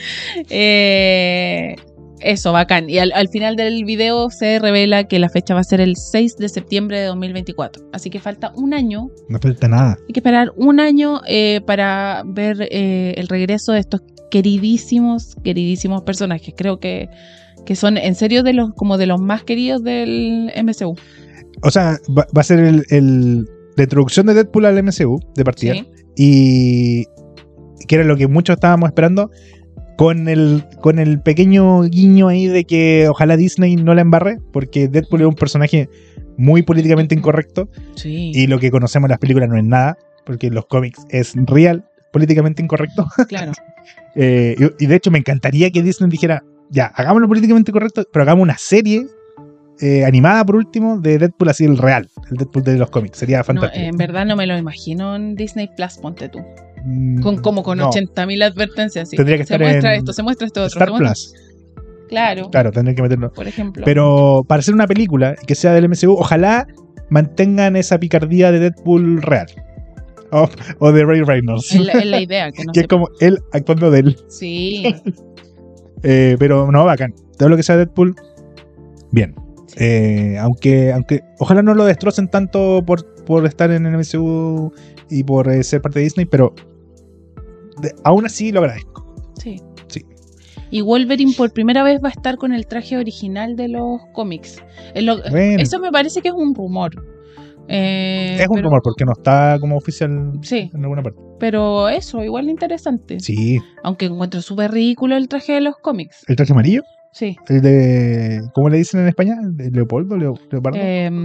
Eso, bacán. Y al final del video se revela que la fecha va a ser el 6 de septiembre de 2024. Así que falta un año. No falta nada. Hay que esperar un año para ver el regreso de estos queridísimos personajes. Creo que son en serio como de los más queridos del MCU. O sea, va a ser la introducción de Deadpool al MCU de partida. Sí. Y que era lo que muchos estábamos esperando. Con el pequeño guiño ahí de que ojalá Disney no la embarre, porque Deadpool es un personaje muy políticamente incorrecto Sí. y lo que conocemos en las películas no es nada, porque en los cómics es real políticamente incorrecto. Claro. Y de hecho me encantaría que Disney dijera, ya, hagámoslo políticamente correcto, pero hagamos una serie animada por último de Deadpool así el real, el Deadpool de los cómics, sería No, fantástico. en verdad no me lo imagino en Disney Plus, ponte tú. Mm, Con no, 80.000 advertencias. Así. Tendría que se estar muestra en esto, se muestra esto otro. Star se muestra- Plus. Claro, Claro, tendría que meterlo. por ejemplo. Pero para hacer una película que sea del MCU, ojalá mantengan esa picardía de Deadpool real. O de Ray Reynolds. Es la idea. Que no que se... es como él actuando de él. Sí. Pero no, bacán. Todo lo que sea Deadpool, bien. Aunque ojalá no lo destrocen tanto por estar en el MCU y por ser parte de Disney, pero aún así lo agradezco. Sí. Sí. Y Wolverine por primera vez va a estar con el traje original de los cómics. Bueno. Eso me parece que es un rumor. Es un pero- rumor porque no está como oficial Sí, en alguna parte. pero eso, igual interesante. Sí. Aunque encuentro súper ridículo el traje de los cómics. ¿El traje amarillo? Sí. El de... ¿Cómo le dicen en España? ¿De Leopoldo? ¿Leopardo?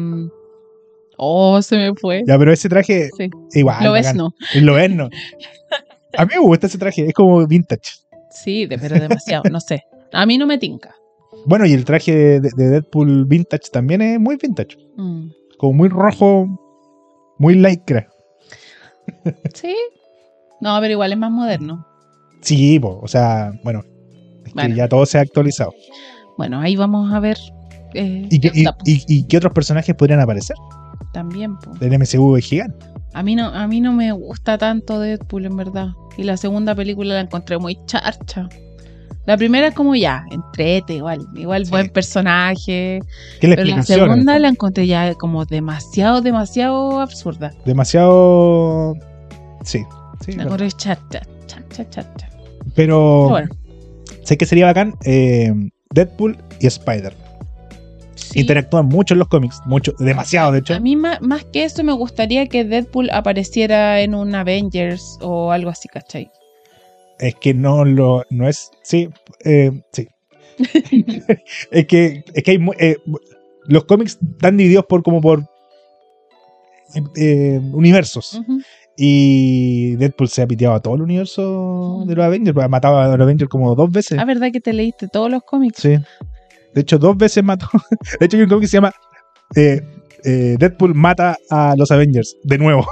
Se me fue. Ya, pero ese traje Sí. igual. Lo ves, bacán. no. Lo ves, no. A mí me gusta ese traje, es como vintage. Sí, pero demasiado, no sé. A mí no me tinca. Bueno, y el traje de Deadpool vintage también es muy vintage. Mm. Como muy rojo, muy lycra. Sí. No, pero igual es más moderno. Sí, o sea, bueno, es Bueno. que ya todo se ha actualizado. Bueno, ahí vamos a ver. ¿Y qué, qué onda, po. y qué otros personajes podrían aparecer? También, po. Del MCU es gigante. A mí no me gusta tanto Deadpool, en verdad. Y la segunda película la encontré muy charcha. La primera es como ya, entrete, igual Sí. buen personaje. ¿Qué le Pero la explicación? segunda la encontré ya como demasiado absurda. Demasiado... Sí, sí. La verdad. encontré charcha. Pero Bueno, sé que sería bacán Deadpool y Spider. sí. Interactúan mucho en los cómics, mucho, demasiado de hecho. A mí más que eso me gustaría que Deadpool apareciera en un Avengers o algo así, ¿cachai? Es que no es. Sí, sí. es que hay los cómics están divididos por universos. Ujú. Y Deadpool se ha piteado a todo el universo de los Avengers. Ha matado a los Avengers como 2 veces. Ah, ¿verdad que te leíste todos los cómics? Sí. De hecho, 2 veces mató. De hecho, hay un cómic que se llama Deadpool mata a los Avengers de nuevo.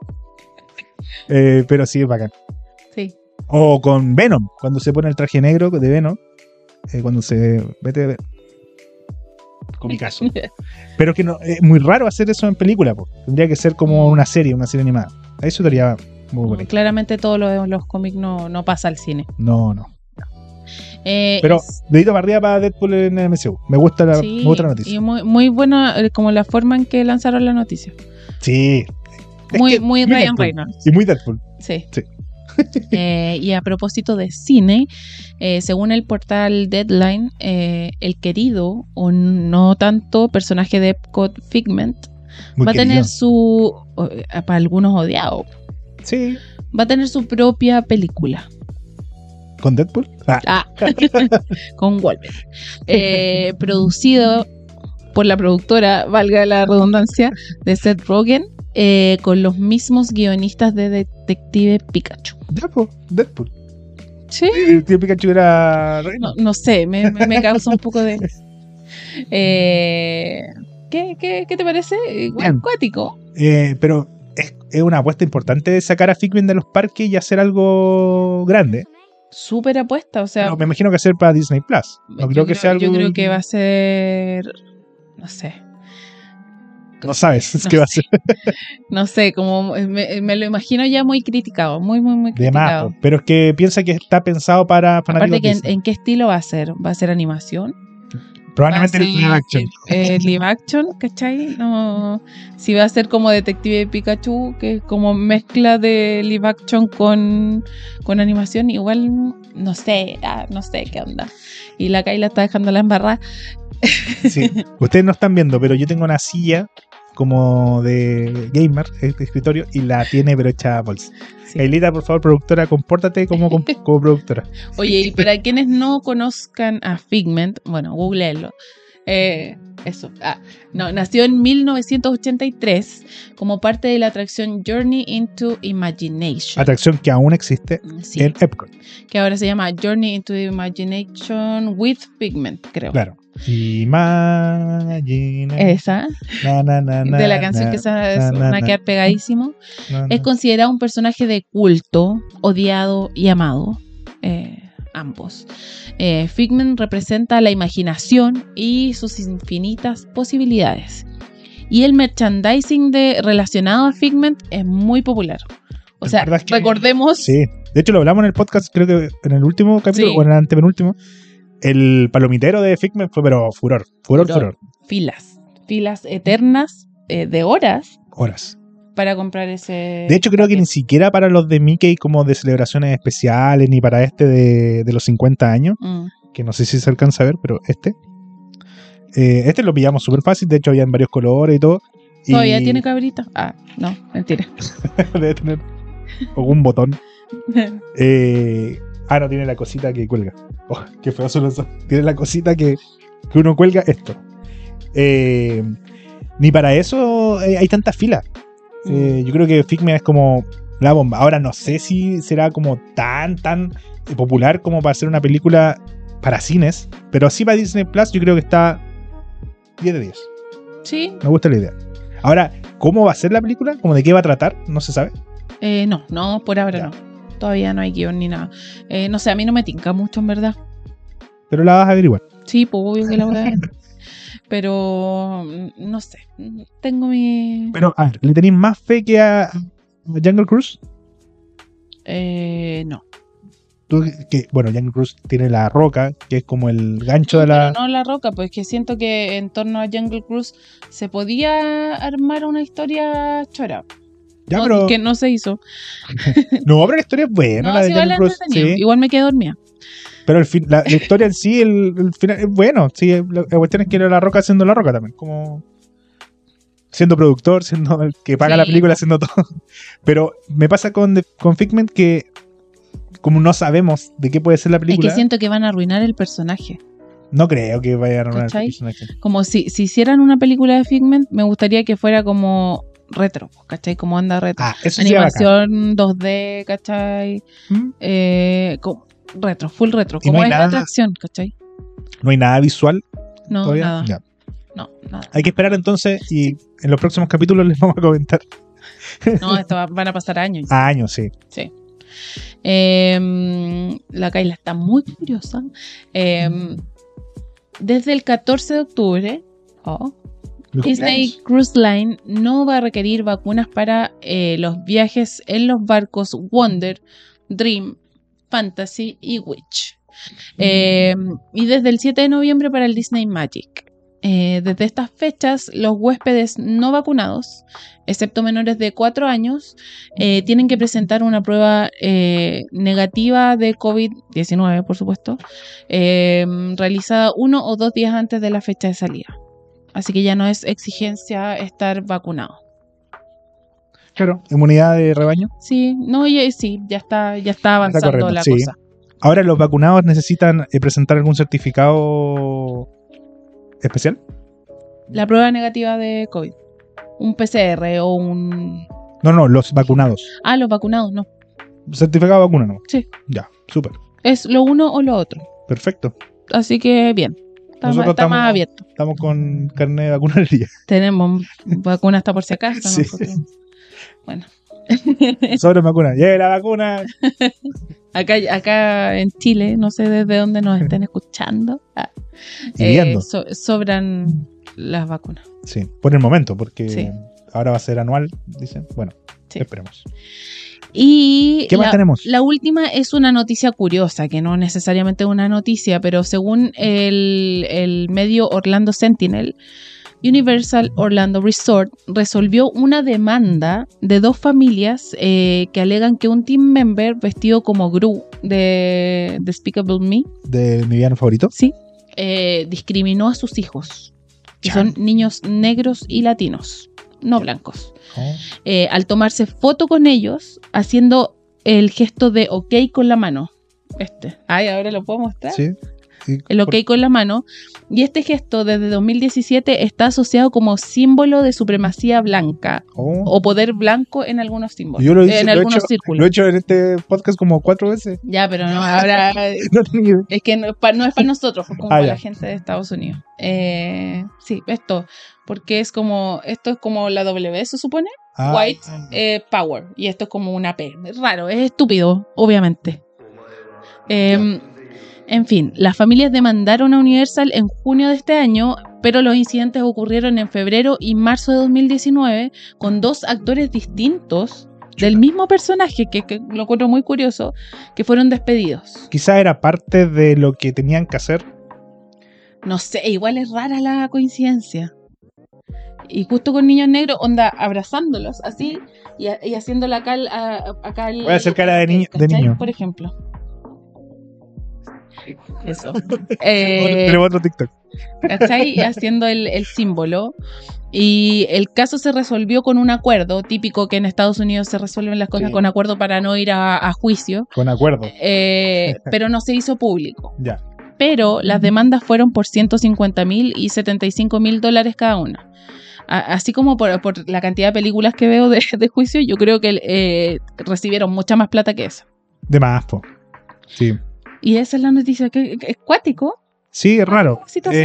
Pero sí, es bacán. Sí. O con Venom, cuando se pone el traje negro de Venom, cuando se mete con mi caso. Pero que no, es muy raro hacer eso en película, po. Tendría que ser como una serie animada. Eso estaría muy bonito. Claramente todos los cómics no pasa al cine. No. Pero dedito para arriba para Deadpool en el MCU. Me gusta la noticia. Y muy buena como la forma en que lanzaron la noticia. Sí. Muy Ryan Deadpool. Reynolds. Y muy Deadpool. Sí. Sí. Y a propósito de cine, según el portal Deadline, el querido o no tanto personaje de Epcot Figment Muy va a querido. tener su, para algunos odiado, Sí. va a tener su propia película. ¿Con Deadpool? Con Wolverine. Producido por la productora, valga la redundancia, de Seth Rogen, con los mismos guionistas de Detective Pikachu. Ya, po, Deadpool. Sí. El tío Pikachu era reino. No sé, me causa un poco de... ¿Qué te parece? Igual Bien. cuático. Pero es una apuesta importante de sacar a Figment de los parques y hacer algo grande. Súper apuesta, o sea, Pero me imagino que hacer para Disney Plus. No creo que sea algo. yo creo que va a ser, no sé, No sabes no qué va a sé. ser. No sé, como me lo imagino ya muy criticado, muy De criticado. más. Pero es que piensa que está pensado para fanáticos Aparte que Disney. en qué estilo va a ser, ¿va a ser animación? Probablemente Va a live action. ser, live action, ¿cachai? No, si va a ser como Detective Pikachu, que es como mezcla de live action con animación, igual no sé qué onda. Y la Kayla está dejando la embarrada. Sí. Ustedes no están viendo, pero yo tengo una silla como de gamer, de escritorio, y la tiene pero hecha bolsa. Sí. Kailita, por favor, productora, compórtate como productora. Oye, y para quienes no conozcan a Figment, bueno, googleenlo. Eso. No, nació en 1983 como parte de la atracción Journey into Imagination. Atracción que aún existe Sí, en Epcot. que ahora se llama Journey into Imagination with Figment, creo. Claro. Imagine. Esa, de la canción que se na, van a quedar pegadísimo. Es considerado un personaje de culto, odiado y amado. Ambos. Figment representa la imaginación y sus infinitas posibilidades. Y el merchandising relacionado a Figment es muy popular. O sea, ¿Recuerdas que- recordemos. Sí. De hecho, lo hablamos en el podcast, creo que en el último capítulo, Sí. o en el antepenúltimo. El palomitero de Figment fue, pero furor. Filas eternas de horas Horas. para comprar ese. De hecho, creo que paquete. ni siquiera para los de Mickey como de celebraciones especiales, ni para este de los 50 años, que no sé si se alcanza a ver, pero este lo pillamos súper fácil. De hecho, había en varios colores y todo. Y ¿Todavía tiene cabrita? No, mentira. debe tener algún botón. No tiene la cosita que cuelga. Oh, qué feo son los ojos. Tiene la cosita que uno cuelga esto. Ni para eso hay tanta fila. Yo creo que Figment es como la bomba. Ahora no sé si será como tan popular como para hacer una película para cines, pero sí para Disney Plus yo creo que está 10 de 10. Sí. Me gusta la idea. Ahora, ¿cómo va a ser la película? ¿Cómo de qué va a tratar? No se sabe. No, por ahora Ya. no. Todavía no hay guión ni nada. No sé, a mí no me tinca mucho, en verdad. Pero la vas a averiguar. Sí, pues obvio que la voy a ver. Pero no sé. Tengo mi. Pero, a ver, ¿le tenéis más fe que a Jungle Cruise? No. Bueno, Jungle Cruise tiene la roca, que es como el gancho de la... Pero no La Roca, pues que siento que en torno a Jungle Cruise se podía armar una historia chora. Ya, No, pero... que no se hizo. No, pero la historia es buena, No, la de sí, igual Jungle es Cruise. entretenido. Sí. Igual me quedé dormida. Pero la historia en sí, el final es bueno. Sí, la cuestión es que era la roca haciendo la roca también. Como siendo productor, siendo el que paga Sí. la película, haciendo todo. Pero me pasa con Figment que como no sabemos de qué puede ser la Es película, que siento que van a arruinar el personaje. no creo que vayan a arruinar el ¿Cachai? personaje. Como si hicieran una película de Figment, me gustaría que fuera como retro, ¿cachai? Como anda retro. Eso sería bacán. Animación 2D, ¿cachai? Retro, full retro. Y no Como hay es la nada- atracción, ¿cachai? No hay nada visual No, todavía. nada. Ya. No, nada. Hay que esperar entonces y en los próximos capítulos les vamos a comentar. No, esto van a pasar años. Años, sí. Sí. La Kayla está muy curiosa. Desde el 14 de octubre, Disney Cruise Line no va a requerir vacunas para los viajes en los barcos Wonder, Dream, Fantasy y Witch. Y desde el 7 de noviembre para el Disney Magic. Desde estas fechas, los huéspedes no vacunados, excepto menores de 4 años, tienen que presentar una prueba negativa de COVID-19, por supuesto, realizada 1 o 2 días antes de la fecha de salida. Así que ya no es exigencia estar vacunado. Claro, inmunidad de rebaño. Sí, no, sí, ya está avanzando correcto, la sí. cosa. Ahora, ¿los vacunados necesitan presentar algún certificado especial? La prueba negativa de COVID. Un PCR o un... No, los vacunados. Los vacunados, no. Certificado de vacuna, ¿no? Sí. Ya, súper. Es lo uno o lo otro. Perfecto. Así que bien. Nosotros Está más abierto. Estamos con carnet de vacuna al día. Tenemos vacuna hasta por si acaso. Sí. nosotros. Bueno. Sobre vacuna. ¡Lleve la vacuna! Acá en Chile, no sé desde dónde nos estén escuchando, Viviendo. sobran las vacunas. Sí, por el momento, porque Sí. ahora va a ser anual, dicen. Bueno, Sí. esperemos. Y ¿Qué más tenemos? la última es una noticia curiosa, que no necesariamente es una noticia, pero según el medio Orlando Sentinel, Universal Orlando Resort resolvió una demanda de 2 familias que alegan que un team member vestido como Gru de Despicable Me, ¿De mi villano favorito? sí, discriminó a sus hijos, que Chan. son niños negros y latinos, no blancos. Oh. Al tomarse foto con ellos, haciendo el gesto de OK con la mano. Ay, ahora lo puedo mostrar. Sí. Sí, El OK con la mano. Y este gesto desde 2017 está asociado como símbolo de supremacía blanca Oh. o poder blanco en algunos símbolos. Yo lo hice, en lo he algunos hecho, círculos. lo he hecho en este podcast como 4 veces. Ya, pero no, ahora No tenía idea. es que no es para nosotros, es como para ya. la gente de Estados Unidos. Sí, esto, porque esto es como la W, se supone. Ah, White Power. Y esto es como una P. Es raro, es estúpido, obviamente. En fin, las familias demandaron a Universal en junio de este año, pero los incidentes ocurrieron en febrero y marzo de 2019 con 2 actores distintos del mismo personaje, que lo encuentro muy curioso, que fueron despedidos. quizá era parte de lo que tenían que hacer. No sé, igual es rara la coincidencia. Y justo con niños negros, onda, abrazándolos así y haciéndole acá el... Voy a hacer cara de ¿cachai? niño. Por ejemplo. Eso. Tenemos otro TikTok. ¿Cachai? Haciendo el símbolo. Y el caso se resolvió con un acuerdo, típico que en Estados Unidos se resuelven las cosas Sí. con acuerdo para no ir a juicio, Con acuerdo. pero no se hizo público. Ya. Pero las demandas fueron por $150,000 y $75,000 cada una. Así como por la cantidad de películas que veo de juicio, yo creo que recibieron mucha más plata que eso. De más, po. Sí. Y esa es la noticia, que es cuático. Sí, es raro. Situación.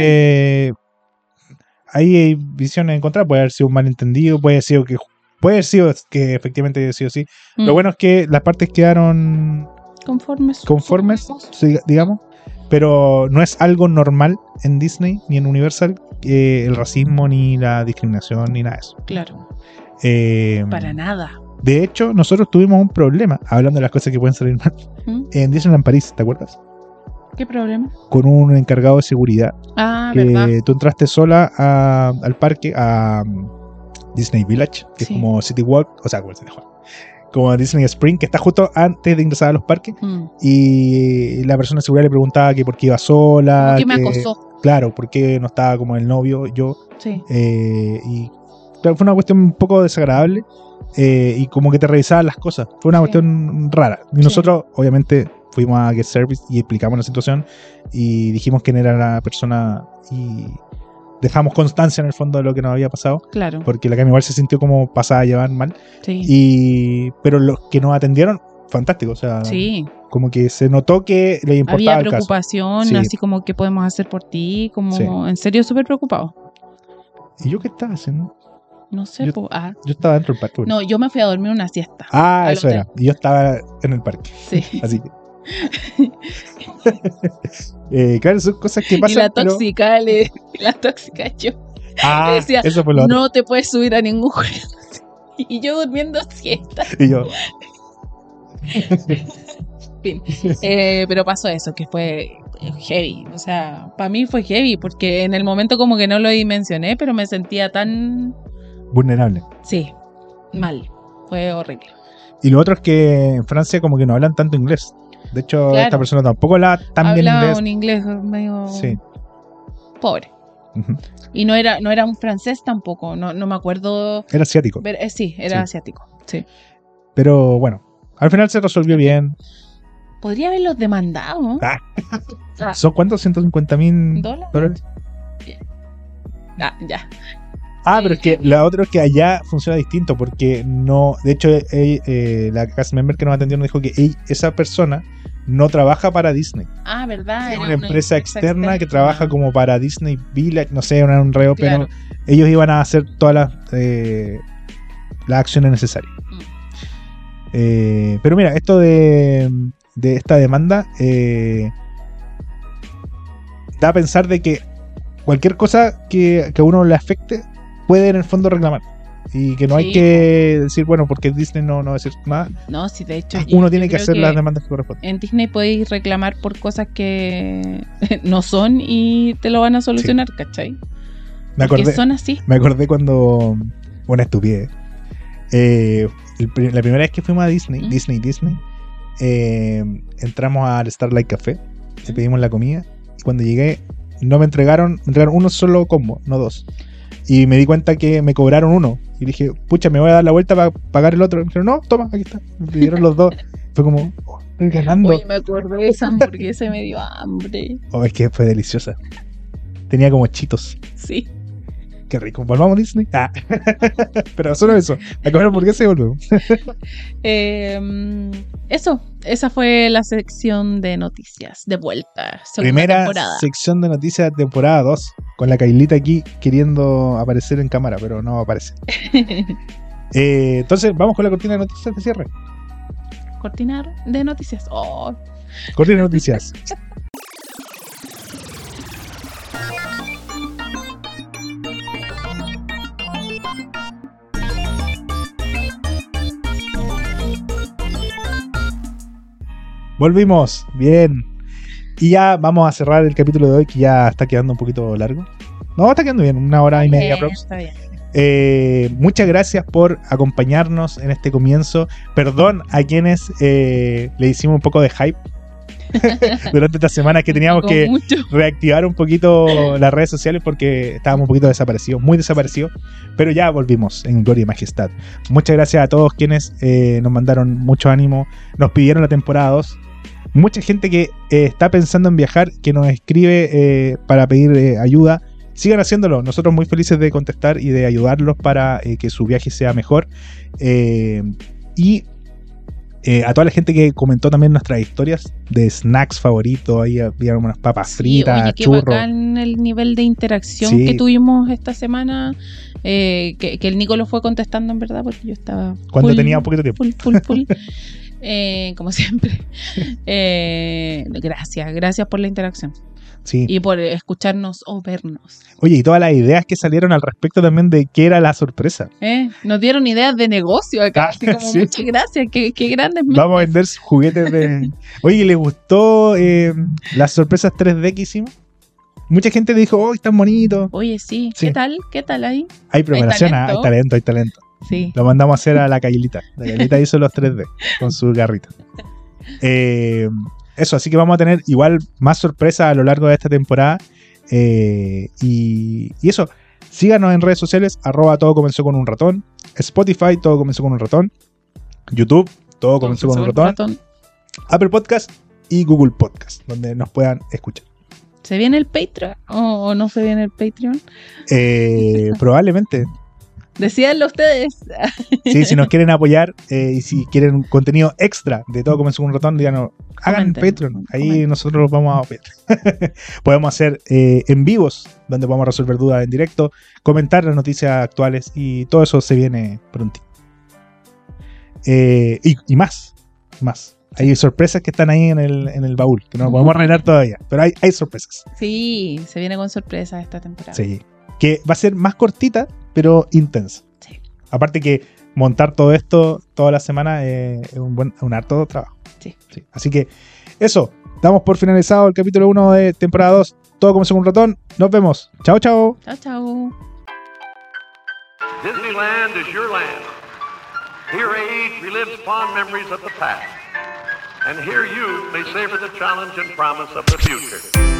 Ahí hay visiones encontradas. Puede haber sido un malentendido. Puede haber sido que efectivamente haya sido así. Mm. Lo bueno es que las partes quedaron Conformes, sí, digamos. Pero no es algo normal en Disney ni en Universal el racismo ni la discriminación ni nada de eso. Claro, Eh, para nada. De hecho, nosotros tuvimos un problema, hablando de las cosas que pueden salir mal, ¿Mm? en Disneyland París, ¿te acuerdas? ¿Qué problema? Con un encargado de seguridad. Ah, Que verdad. tú entraste sola al parque, a Disney Village, que Sí. es como City Walk, o sea, como Disney Spring, que está justo antes de ingresar a los parques. Mm. Y la persona de seguridad le preguntaba que por qué iba sola. Como que me acosó. Claro, por qué no estaba como el novio, yo. Sí. Y claro, fue una cuestión un poco desagradable. Y como que te revisaban las cosas. Fue una Sí. cuestión rara. Y Sí. nosotros, obviamente, fuimos a Get Service y explicamos la situación. Y dijimos quién era la persona. Y dejamos constancia en el fondo de lo que nos había pasado. Claro. Porque la Cami igual se sintió como pasada a llevar mal. Sí. Pero los que nos atendieron, fantástico. O sea, Sí. como que se notó que le importaba Había el caso. preocupación, Sí. así como qué podemos hacer por ti, como Sí. en serio súper preocupado. ¿Y yo qué estaba haciendo? No sé, Yo- Yo estaba dentro del parque. no, yo me fui a dormir una siesta. Ah, al eso hotel. era. Y yo estaba en el parque. Sí. Así que. Claro, son cosas que Y pasan. la pero- tóxica, la tóxica yo. Ah, le decía, eso fue lo otro. No te puedes subir a ningún juego. Y yo durmiendo siesta. Y yo, Fin. Pero pasó eso, que fue heavy. O sea, para mí fue heavy, porque en el momento como que no lo dimensioné, pero me sentía tan... vulnerable. Sí, mal. Fue horrible. Y lo otro es que en Francia como que no hablan tanto inglés. De hecho, Claro. esta persona tampoco habla tan bien Hablaba inglés. un inglés medio Sí. pobre. Ujú. Y no era un francés tampoco, no me acuerdo. Era asiático. Sí, era Sí. asiático. Sí. Pero bueno, al final se resolvió bien. Podría haberlos demandado, ¿no? Ah. ¿Son cuántos? ¿150,000 ¿Dólares? dólares? Ah, ya. Ah, Sí. pero es que la otra es que allá funciona distinto porque no, de hecho la cast member que nos atendió nos dijo que esa persona no trabaja para Disney. Ah, ¿verdad? Es Era una empresa externa que trabaja como para Disney Village, no sé, un reo, Claro. pero ellos iban a hacer todas las las acciones necesarias. Pero mira, esto de esta demanda da a pensar de que cualquier cosa que a uno le afecte puede en el fondo reclamar. Y que no hay que decir, bueno, porque Disney no va a decir nada. No, sí, de hecho. Uno tiene que hacer las demandas que corresponden. En Disney podéis reclamar por cosas que no son y te lo van a solucionar, ¿cachai? Porque son así. Me acordé cuando. Una estupidez. La primera vez que fuimos a Disney, Disney, entramos al Starlight Café, le pedimos la comida. Y cuando llegué, me entregaron uno solo combo, no dos. Y me di cuenta que me cobraron uno. Y dije, pucha, me voy a dar la vuelta para pagar el otro. Y me dijeron, no, toma, aquí está. Me pidieron los dos. Fue como, estoy ganando. Oye, me acordé de esa hamburguesa y me dio hambre. Es que fue deliciosa. Tenía como chitos. Sí. Qué rico. ¿Volvamos a Disney? Pero solo eso. A comer hamburguesa y volvemos. Esa fue la sección de noticias de vuelta. Primera temporada. Sección de noticias de temporada 2. Con la Kailita aquí queriendo aparecer en cámara, pero no aparece. Entonces, vamos con la cortina de noticias de cierre. Cortina de noticias. Oh. Cortina de noticias. Volvimos, bien. Y ya vamos a cerrar el capítulo de hoy, que ya está quedando un poquito largo. No, está quedando bien, 1 hora y media. Está bien. Muchas gracias por acompañarnos en este comienzo. Perdón a quienes le hicimos un poco de hype durante esta semana, que teníamos que reactivar un poquito las redes sociales porque estábamos un poquito desaparecidos, muy desaparecidos. Pero ya volvimos en Gloria y Majestad. Muchas gracias a todos quienes nos mandaron mucho ánimo, nos pidieron la temporada 2. Mucha gente que está pensando en viajar, que nos escribe para pedir ayuda. Sigan haciéndolo, nosotros muy felices de contestar y de ayudarlos para que su viaje sea mejor. Y a toda la gente que comentó también nuestras historias de snacks favoritos, ahí había unas papas fritas, oye, qué churros. Bacán el nivel de interacción que tuvimos esta semana, que el Nico lo fue contestando en verdad, porque yo estaba cuando tenía un poquito de tiempo. Full. Como siempre. Gracias por la interacción. Sí. Y por escucharnos o vernos. Oye, y todas las ideas que salieron al respecto también de qué era la sorpresa. Nos dieron ideas de negocio acá. Así como, sí. Muchas gracias, qué grandes. Vamos a vender juguetes de... Oye, ¿le gustó las sorpresas 3D que hicimos? Mucha gente dijo, oh, están bonitos. Oye, sí. ¿Qué tal ahí? Hay preparación, hay talento. Sí. Lo mandamos a hacer a la Kailita. La Kailita hizo los 3D con su garrita. Eso, así que vamos a tener igual más sorpresas a lo largo de esta temporada. Y eso, síganos en redes sociales, @todo comenzó con un ratón, Spotify, todo comenzó con un ratón, YouTube, todo comenzó con un ratón, Apple Podcast y Google Podcast, donde nos puedan escuchar. ¿Se viene el Patreon o no se viene el Patreon? Probablemente. Decíanlo ustedes. Sí, si nos quieren apoyar y si quieren contenido extra de todo comenzó con un ratón, díganos, hagan Patreon. Ahí nosotros los vamos a apoyar. Podemos hacer en vivos, donde podemos resolver dudas en directo, comentar las noticias actuales y todo eso se viene pronto. Y más. Hay sorpresas que están ahí en el baúl, que no podemos arreglar todavía, pero hay sorpresas. Sí, se viene con sorpresas esta temporada. Sí, que va a ser más cortita, pero intensa. Sí. Aparte que montar todo esto toda la semana es un harto trabajo. Sí. Así que eso, damos por finalizado el capítulo 1 de temporada 2. Todo comenzó con un ratón. Nos vemos. Chao. Chao. Disneyland is your land. Here age relives fond memories of the past. And here you may savor the challenge and promise of the future.